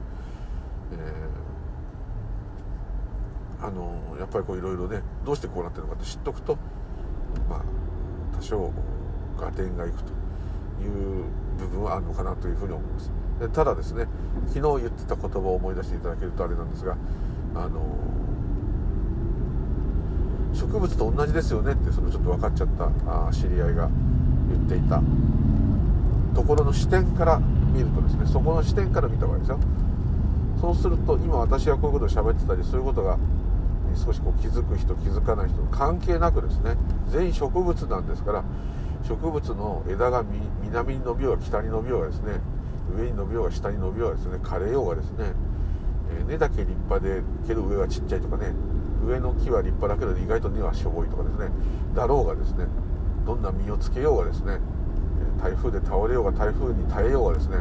やっぱりこういろいろね、どうしてこうなってるのかって知っとくと、多少合点がいくという部分はあるのかなというふうに思います。でただですね、昨日言ってた言葉を思い出していただけるとあれなんですが、植物と同じですよねって、それちょっと分かっちゃった知り合いが言っていたところの視点から見るとですね、そこの視点から見た場合ですよ。そうすると今私がこういうことを喋ってたり、そういうことが少しこう気づく人気づかない人関係なくですね、全員植物なんですから、植物の枝が南に伸びようが北に伸びようがですね、上に伸びようが下に伸びようがですね、枯れようがですね、根だけ立派でけど上はちっちゃいとかね、上の木は立派だけど意外と根はしょぼいとかですね、だろうがですね、どんな実をつけようがですね、台風で倒れようが台風に耐えようがですね、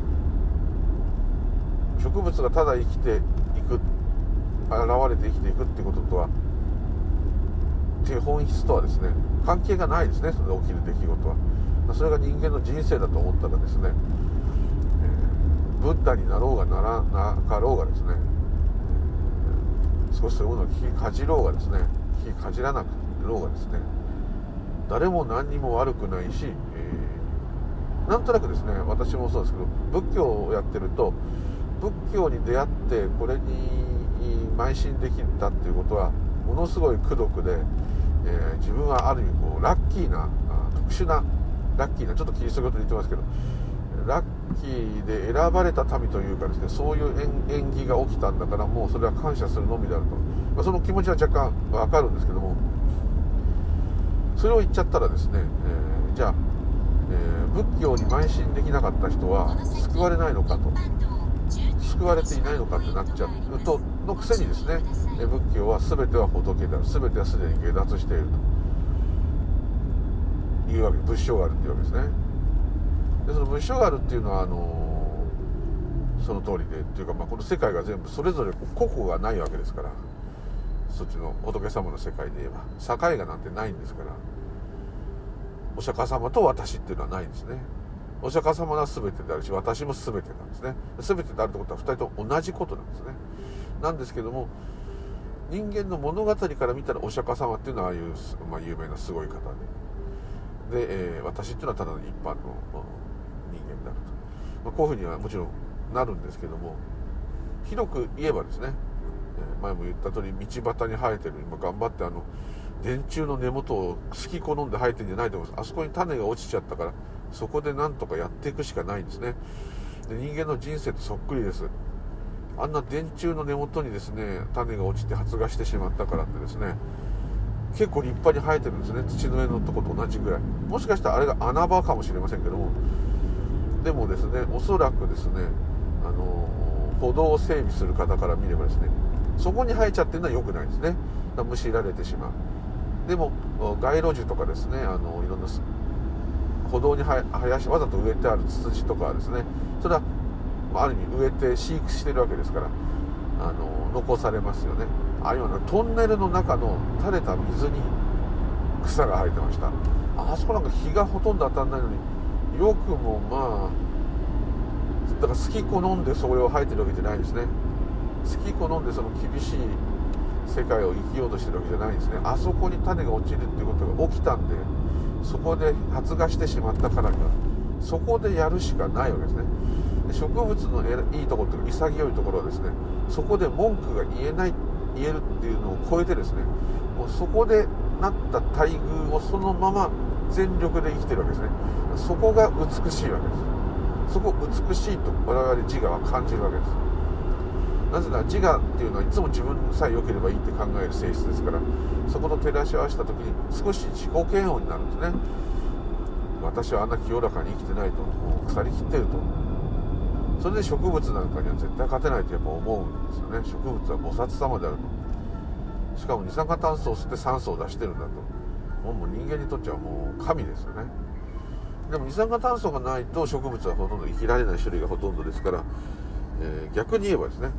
植物がただ生きていく、現れて生きていくっていうこととは本質とはですね関係がないですね。それで起きる出来事は、それが人間の人生だと思ったらですね、ブッダになろうがなかろうがですね、少しそういうものを聞きかじろうがですね、聞きかじらなくろうがですね、誰も何にも悪くないし、なんとなくですね、私もそうですけど、仏教をやってると、仏教に出会ってこれに邁進できたっていうことはものすごい功徳で、自分はある意味こうラッキーな特殊なラッキーな、ちょっとキリスト教と言ってますけど、ラッキーで選ばれた民というかですね、そういう縁起が起きたんだから、もうそれは感謝するのみであると、その気持ちは若干わかるんですけども、 それを言っちゃったらですね、じゃあ、仏教に邁進できなかった人は救われないのかと、救われていないのかってなっちゃうとのくせにですね、仏教は全ては仏である、全てはすでに下脱しているというわけで、仏性があるっていうわけですね。でその仏性があるっていうのはその通りでっていうか、この世界が全部それぞれ個々がないわけですから、そっちの仏様の世界で言えば境がなんてないんですから、お釈迦様と私っていうのはないんですね。お釈迦様は全てであるし、私も全てなんですね。全てであるってことは2人とも同じことなんですね。なんですけども、人間の物語から見たらお釈迦様っていうのはああいう、有名なすごい方で、私っていうのはただの一般の人間であると、こういうふうにはもちろんなるんですけども、広く言えばですね、前も言った通り道端に生えてる、今頑張って電柱の根元を好き好んで生えてるんじゃないと思います。あそこに種が落ちちゃったから、そこでなんとかやっていくしかないんですね。で人間の人生とそっくりです。あんな電柱の根元にですね種が落ちて発芽してしまったからってですね、結構立派に生えてるんですね。土の上のとこと同じぐらい。もしかしたらあれが穴場かもしれませんけども、でもですね、おそらくですね、歩道を整備する方から見ればですね、そこに生えちゃってるのは良くないですね。むしられてしまう。でも街路樹とかですね、いろんな歩道に生やしわざと植えてあるツツジとかはですね、それはある意味植えて飼育してるわけですから、残されますよね。ああいうようなトンネルの中の垂れた水に草が生えてました。あそこなんか日がほとんど当たらないのに、よくもだから好き好んでそれを生えてるわけじゃないですね。好き好んでその厳しい世界を生きようとしてるわけじゃないんですね。あそこに種が落ちるっていうことが起きたんで、そこで発芽してしまったからにはそこでやるしかないわけですね。で植物のいいところというか潔いところはですね、そこで文句が言えるっていうのを超えてですね、もうそこでなった待遇をそのまま全力で生きてるわけですね。そこが美しいわけです。そこ美しいと我々自我は感じるわけです。なぜなら自我っていうのはいつも自分さえ良ければいいって考える性質ですから、そこと照らし合わせた時に少し自己嫌悪になるんですね。私はあんな清らかに生きてないと、もう腐りきってると。それで植物なんかには絶対勝てないとやっぱ思うんですよね。植物は菩薩様であると。しかも二酸化炭素を吸って酸素を出してるんだと。もう人間にとってはもう神ですよね。でも二酸化炭素がないと植物はほとんど生きられない種類がほとんどですから、逆に言えばですね、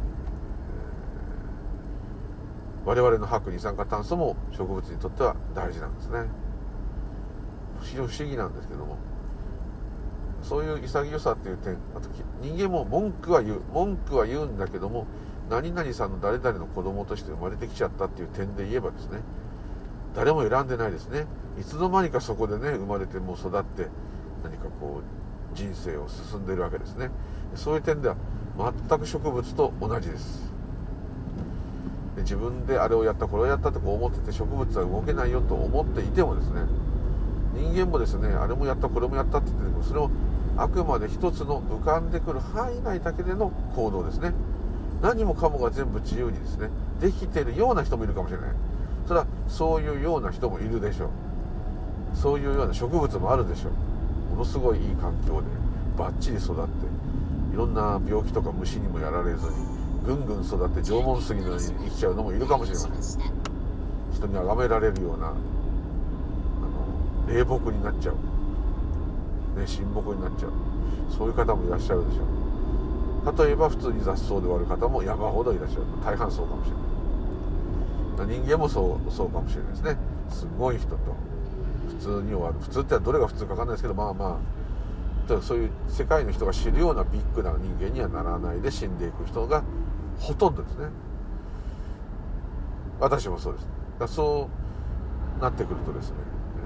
我々の吐く二酸化炭素も植物にとっては大事なんですね。不思議なんですけども、そういう潔さっていう点、あと人間も文句は言うんだけども、何々さんの誰々の子供として生まれてきちゃったっていう点で言えばですね、誰も選んでないですね。いつの間にかそこでね生まれてもう育って何かこう人生を進んでいるわけですね。そういう点では全く植物と同じです。で自分であれをやったこれをやったとこう思ってて植物は動けないよと思っていてもですね、人間もですねあれもやったこれもやったって言っても、それをあくまで一つの浮かんでくる範囲内だけでの行動ですね。何もかもが全部自由にですねできてるような人もいるかもしれない。それはそういうような人もいるでしょう。そういうような植物もあるでしょう。ものすごいいい環境でバッチリ育って、いろんな病気とか虫にもやられずにぐんぐん育って縄文杉のように生きちゃうのもいるかもしれません。人に崇められるような霊木になっちゃう、ね、神木になっちゃう、そういう方もいらっしゃるでしょう。例えば普通に雑草で終わる方も山ほどいらっしゃる。大半そうかもしれない。人間もそうかもしれないですね。すごい人と普通に終わる。普通ってどれが普通か分かんないですけど、そういう世界の人が知るようなビッグな人間にはならないで死んでいく人がほとんどですね。私もそうです。だからそうなってくるとですね、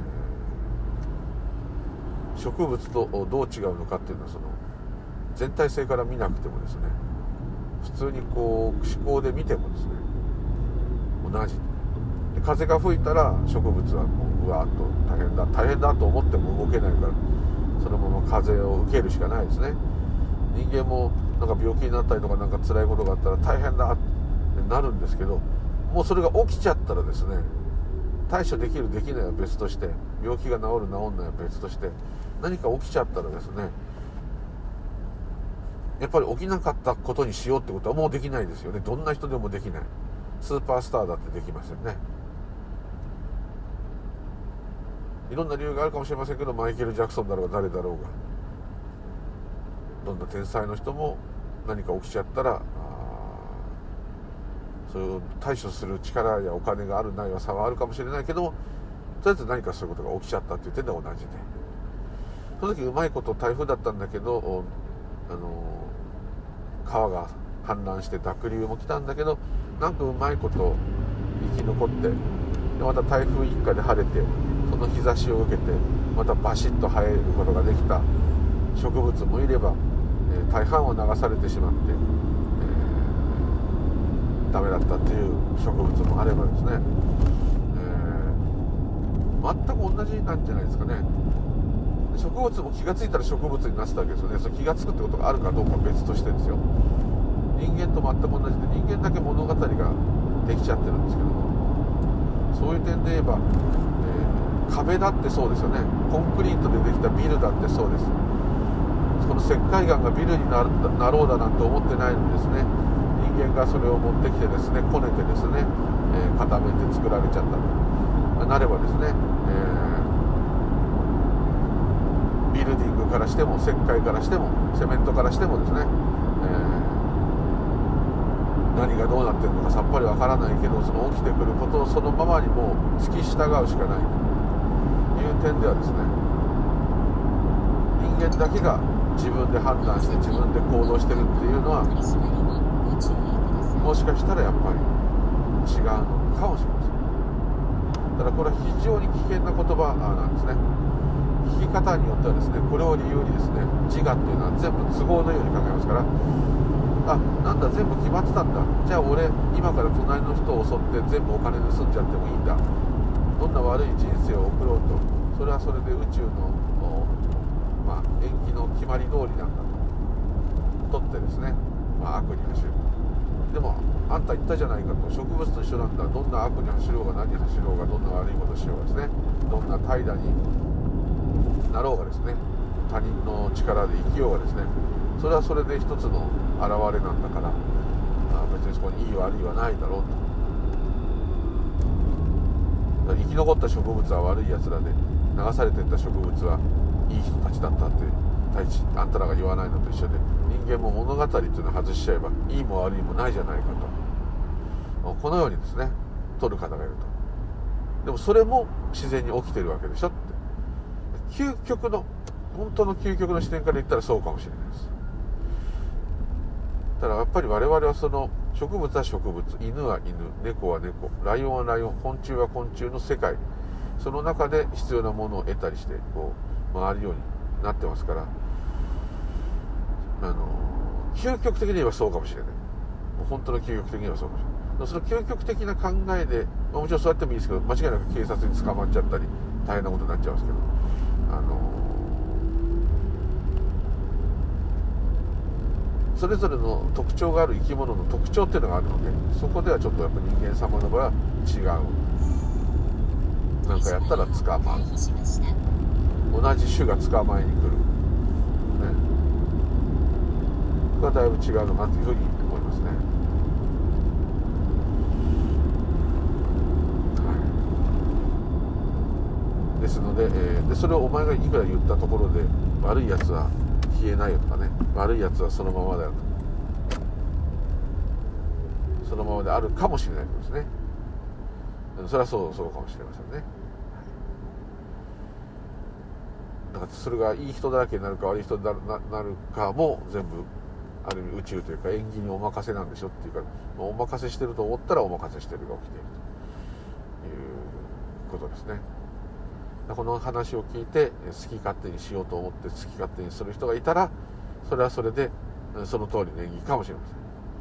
植物とどう違うのかっていうのはその全体性から見なくてもですね、普通にこう思考で見てもですね同じで、風が吹いたら植物はもううわーっと大変だと思っても動けないから、そのまま風を受けるしかないですね。人間もなんか病気になったりとかなんか辛いことがあったら大変だってなるんですけど、もうそれが起きちゃったらですね、 対処できるできないは別として、病気が治る治んないは別として、何か起きちゃったらですね、やっぱり起きなかったことにしようってことはもうできないですよね。どんな人でもできない。スーパースターだってできませんね。いろんな理由があるかもしれませんけど、マイケル・ジャクソンだろうが誰だろうが、どんな天才の人も何か起きちゃったら、そういう対処する力やお金があるないは差はあるかもしれないけども、とりあえず何かそういうことが起きちゃったっていう点では同じで、その時うまいこと台風だったんだけど、川が氾濫して濁流も来たんだけど、なんかうまいこと生き残って、でまた台風一過で晴れて、その日差しを受けてまたバシッと生えることができた植物もいれば、大半は流されてしまって、ダメだったっていう植物もあればですね、全く同じなんじゃないですかね。植物も気がついたら植物になってたわけですよね。それ気がつくってことがあるかどうかは別としてですよ。人間と全く同じで、人間だけ物語ができちゃってるんですけども、そういう点で言えば、壁だってそうですよね。コンクリートでできたビルだってそうです。この石灰岩がビルになろうだなんて思ってないのにですね、人間がそれを持ってきてですね、こねてですね、固めて作られちゃったとなればですね、ビルディングからしても石灰からしてもセメントからしてもですね、何がどうなってるのかさっぱりわからないけど、その起きてくることをそのままにもう突き従うしかないという点ではですね、人間だけが自分で判断して自分で行動してるっていうのは、もしかしたらやっぱり違うのかもしれません。ただこれは非常に危険な言葉なんですね。聞き方によってはですね、これを理由にですね、自我っていうのは全部都合のように考えますから、なんだ全部決まってたんだ、じゃあ俺今から隣の人を襲って全部お金盗んじゃってもいいんだ、どんな悪い人生を送ろうと、それはそれで宇宙の延期の決まり通りなんだと取ってですね、悪に走る。でもあんた言ったじゃないかと、植物と一緒なんだ、どんな悪に走ろうが何に走ろうが、どんな悪いことしようがですね、どんな怠惰になろうがですね、他人の力で生きようがですね、それはそれで一つの現れなんだから、別にそこにいい悪いはないだろうと。生き残った植物は悪いやつらで、流されていった植物はいい人たちだったってあんたらが言わないのと一緒で、人間も物語っていうのを外しちゃえばいいも悪いもないじゃないかと、このようにですね取る方がいると。でもそれも自然に起きてるわけでしょって、究極の本当の究極の視点から言ったらそうかもしれないです。ただやっぱり我々はその植物は植物、犬は犬、猫は猫、ライオンはライオン、昆虫は昆虫の世界、その中で必要なものを得たりしてこう回るようになってますから、究極的に言えばそうかもしれない。もう本当の究極的にはそうかもしれない。その究極的な考えで、もちろんそうやってもいいですけど、間違いなく警察に捕まっちゃったり大変なことになっちゃいますけど、それぞれの特徴がある生き物の特徴っていうのがあるので、そこではちょっとやっぱ人間様の場合は違う。なんかやったら捕まる、同じ種が捕まえに来る、これはだいぶ違うのかなというふうに思いますね。ですので、それをお前がいくら言ったところで悪いやつは消えないよとかね、悪いやつはそのままだよと、そのままであるかもしれないですね。それはそうかもしれませんね。だからそれがいい人だらけになるか悪い人になるかも全部ある意味宇宙というか縁起にお任せなんでしょっていうか、お任せしてると思ったらお任せしてるが起きているということですね。この話を聞いて好き勝手にしようと思って好き勝手にする人がいたら、それはそれでその通りの縁起かもしれません。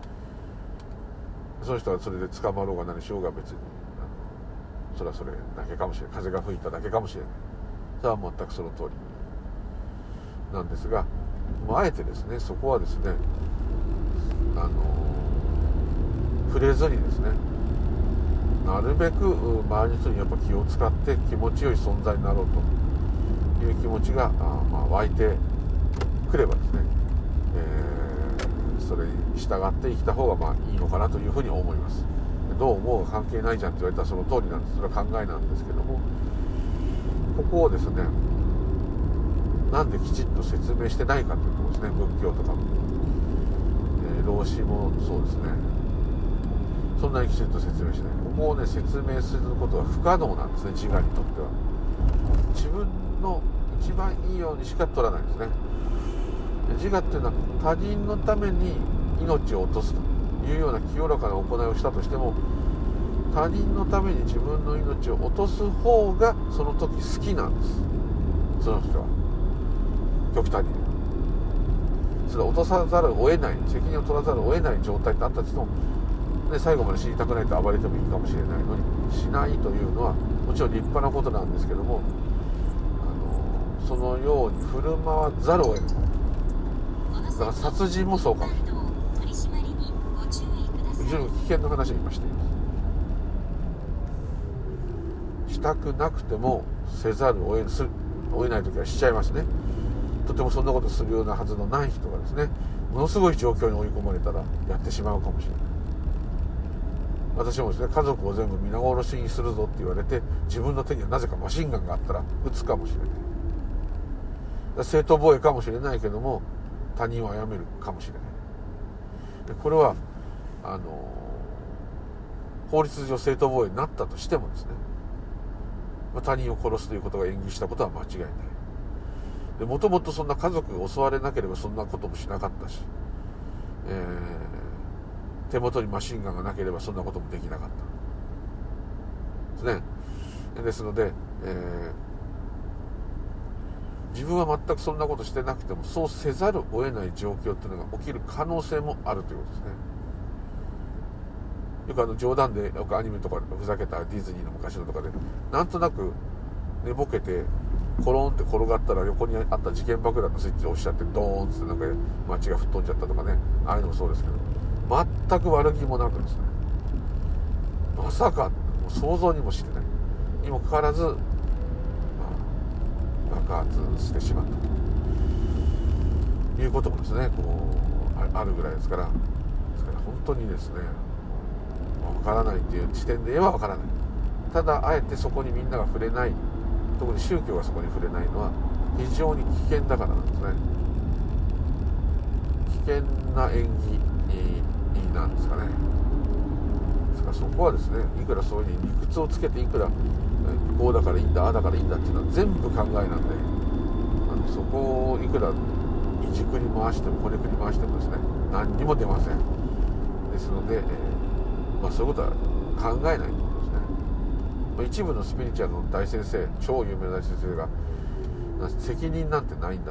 その人はそれで捕まろうが何しようが別にそれはそれだけかもしれない。風が吹いただけかもしれない。それは全くその通りなんですが、あえてですねそこはですね触れずにですね、 なるべく周りの人にやっぱ気を使って気持ちよい存在になろうという気持ちが湧いてくればですね、それに従って生きた方がいいのかなというふうに思います。どう思うが関係ないじゃんって言われたらその通りなんです。それは考えなんですけども、ここをですね、なんできちっと説明してないかというところですね。仏教とかも、老子もそうですね、そんなにきちっと説明しない。ここをね、説明することは不可能なんですね、自我にとっては。自分の一番いいようにしか取らないんですね。自我っていうのは他人のために命を落とすというような清らかな行いをしたとしても、他人のために自分の命を落とす方がその時好きなんです。その人は極端にそれは落とさざるを得ない、責任を取らざるを得ない状態になったとしても、で最後まで死にたくないと暴れてもいいかもしれないのにしないというのはもちろん立派なことなんですけども、そのように振る舞わざるを得ない。だから殺人もそうかもしれない。非常に危険な話を今しています。したくなくてもせざるを得ない時はしちゃいますね。とてもそんなことするようなはずのない人がですね、ものすごい状況に追い込まれたらやってしまうかもしれない。私もですね、家族を全部皆殺しにするぞって言われて、自分の手にはなぜかマシンガンがあったら撃つかもしれない。正当防衛かもしれないけども、他人を殺めるかもしれない。でこれは法律上正当防衛になったとしてもですね、他人を殺すということが演技したことは間違いない。でもともとそんな家族を襲われなければそんなこともしなかったし、手元にマシンガンがなければそんなこともできなかったですね。ですので、自分は全くそんなことしてなくてもそうせざるを得ない状況っていうのが起きる可能性もあるということですね。よく冗談でよくアニメとかふざけたディズニーの昔のとかでなんとなく寝ぼけてコロンって転がったら横にあった時限爆弾のスイッチを押しちゃってドーンってなんか街が吹っ飛んじゃったとかね、ああいうのもそうですけど、全く悪気もなくですね、まさか想像にもしてないにもかかわらず、爆発してしまったということもですね、あるぐらいですから、本当にですね、わからないっていう時点で言えばわからない。ただあえてそこにみんなが触れない、特に宗教がそこに触れないのは非常に危険だからなんですね。危険な演技なんですかね。ですからそこはですね、いくらそういうふうに理屈をつけて、いくらこうだからいいんだ、ああだからいいんだっていうのは全部考えなんで、そこをいくらいじくり回してもこねくり回してもですね、何にも出ません。ですので、そういうことは考えないということですね。一部のスピリチュアルの大先生、超有名な大先生が責任なんてないんだ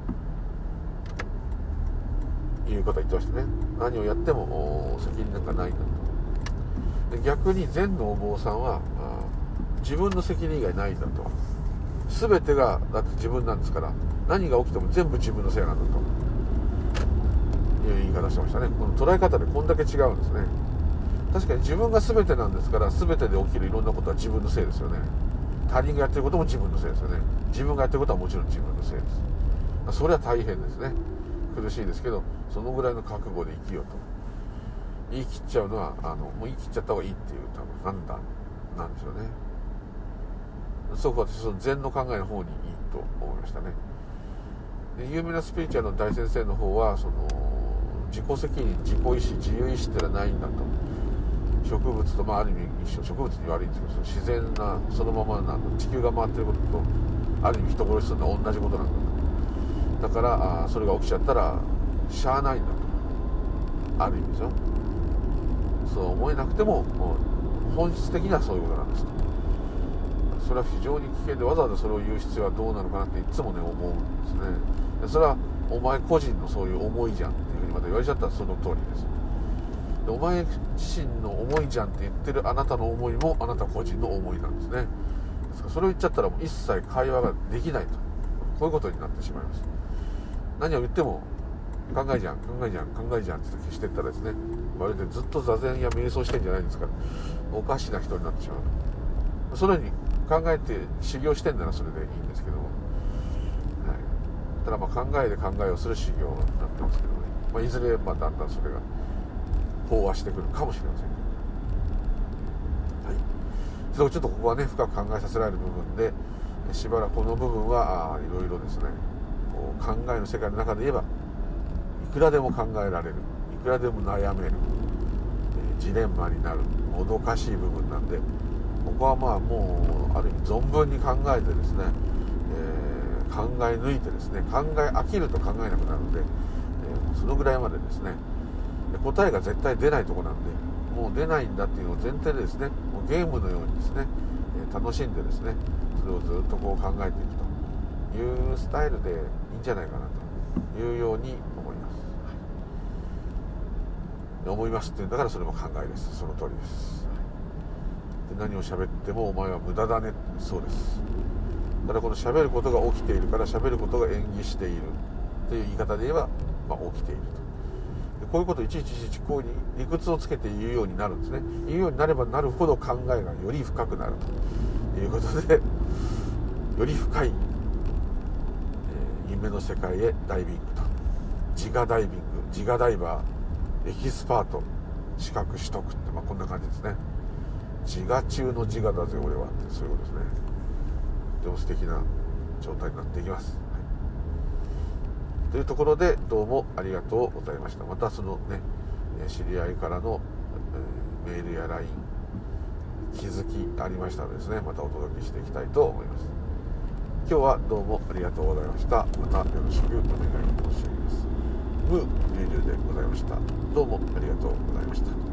ということを言ってましたね。何をやっても責任なんかないんだと。で逆に禅のお坊さんは自分の責任以外ないんだと。全てがだって自分なんですから、何が起きても全部自分のせいなんだという言い方してましたね。この捉え方でこんだけ違うんですね。確かに自分が全てなんですから、全てで起きるいろんなことは自分のせいですよね。他人がやってることも自分のせいですよね。自分がやってることはもちろん自分のせいです。それは大変ですね。苦しいですけど、そのぐらいの覚悟で生きようと言い切っちゃうのはもう言い切っちゃった方がいいっていう多分判断なんですよね。そこはその禅の考えの方にいいと思いましたね。で有名なスピリチュアルの大先生の方は自己責任、自己意思、自由意志ってのはないんだと。植物とある意味一緒、植物に悪いんですけど、自然なそのままな地球が回ってることとある意味人殺しというのは同じことなんだと。だからそれが起きちゃったらしゃあないんだと、ある意味ですよ。そう思えなくても本質的にはそういうことなんですと。それは非常に危険で、わざわざそれを言う必要はどうなのかなっていつもね思うんですね。でそれはお前個人のそういう思いじゃんっていうふうにまた言われちゃったらその通りです。でお前自身の思いじゃんって言ってるあなたの思いもあなた個人の思いなんですね。ですからそれを言っちゃったらもう一切会話ができないと、こういうことになってしまいます。何を言っても考えじゃんって消してったらですね、まるでずっと座禅や瞑想してんじゃないんですから、おかしな人になってしまう。そのように考えて修行してんならそれでいいんですけども、ただ考えで考えをする修行になってますけどね、いずれだんだんそれが飽和してくるかもしれません。ちょっとここはね深く考えさせられる部分で、しばらくこの部分はいろいろですね、考えの世界の中で言えばいくらでも考えられる、いくらでも悩める、ジレンマになるもどかしい部分なんで、ここはもうある意味存分に考えてですね、考え抜いてですね、飽きると考えなくなるので、そのぐらいまでですね、答えが絶対出ないとこなんで、もう出ないんだっていうのを前提でですね、もうゲームのようにですね、楽しんでですね、それをずっと考えていくというスタイルでいいんじゃないかなというように思います。思いますっていうんだからそれも考えです。その通りです。で、何を喋ってもお前は無駄だね、そうです。ただこの喋ることが起きているから、喋ることが演技しているという言い方で言えば、起きていると。でこういうことをいちいちこうに理屈をつけて言うようになるんですね。言うようになればなるほど考えがより深くなるということで、より深い、夢の世界へダイビングと、自我ダイビング、自我ダイバー、エキスパート、資格取得って、こんな感じですね。自我中の自我だぜ俺はって、そういうことですね。とても素敵な状態になっていきます。というところで、どうもありがとうございました。またそのね、知り合いからの、メールや LINE 気づきありましたのでですね、またお届けしていきたいと思います。今日はどうもありがとうございました。またよろしくお願い申し上げます。ムーリルでございました。どうもありがとうございました。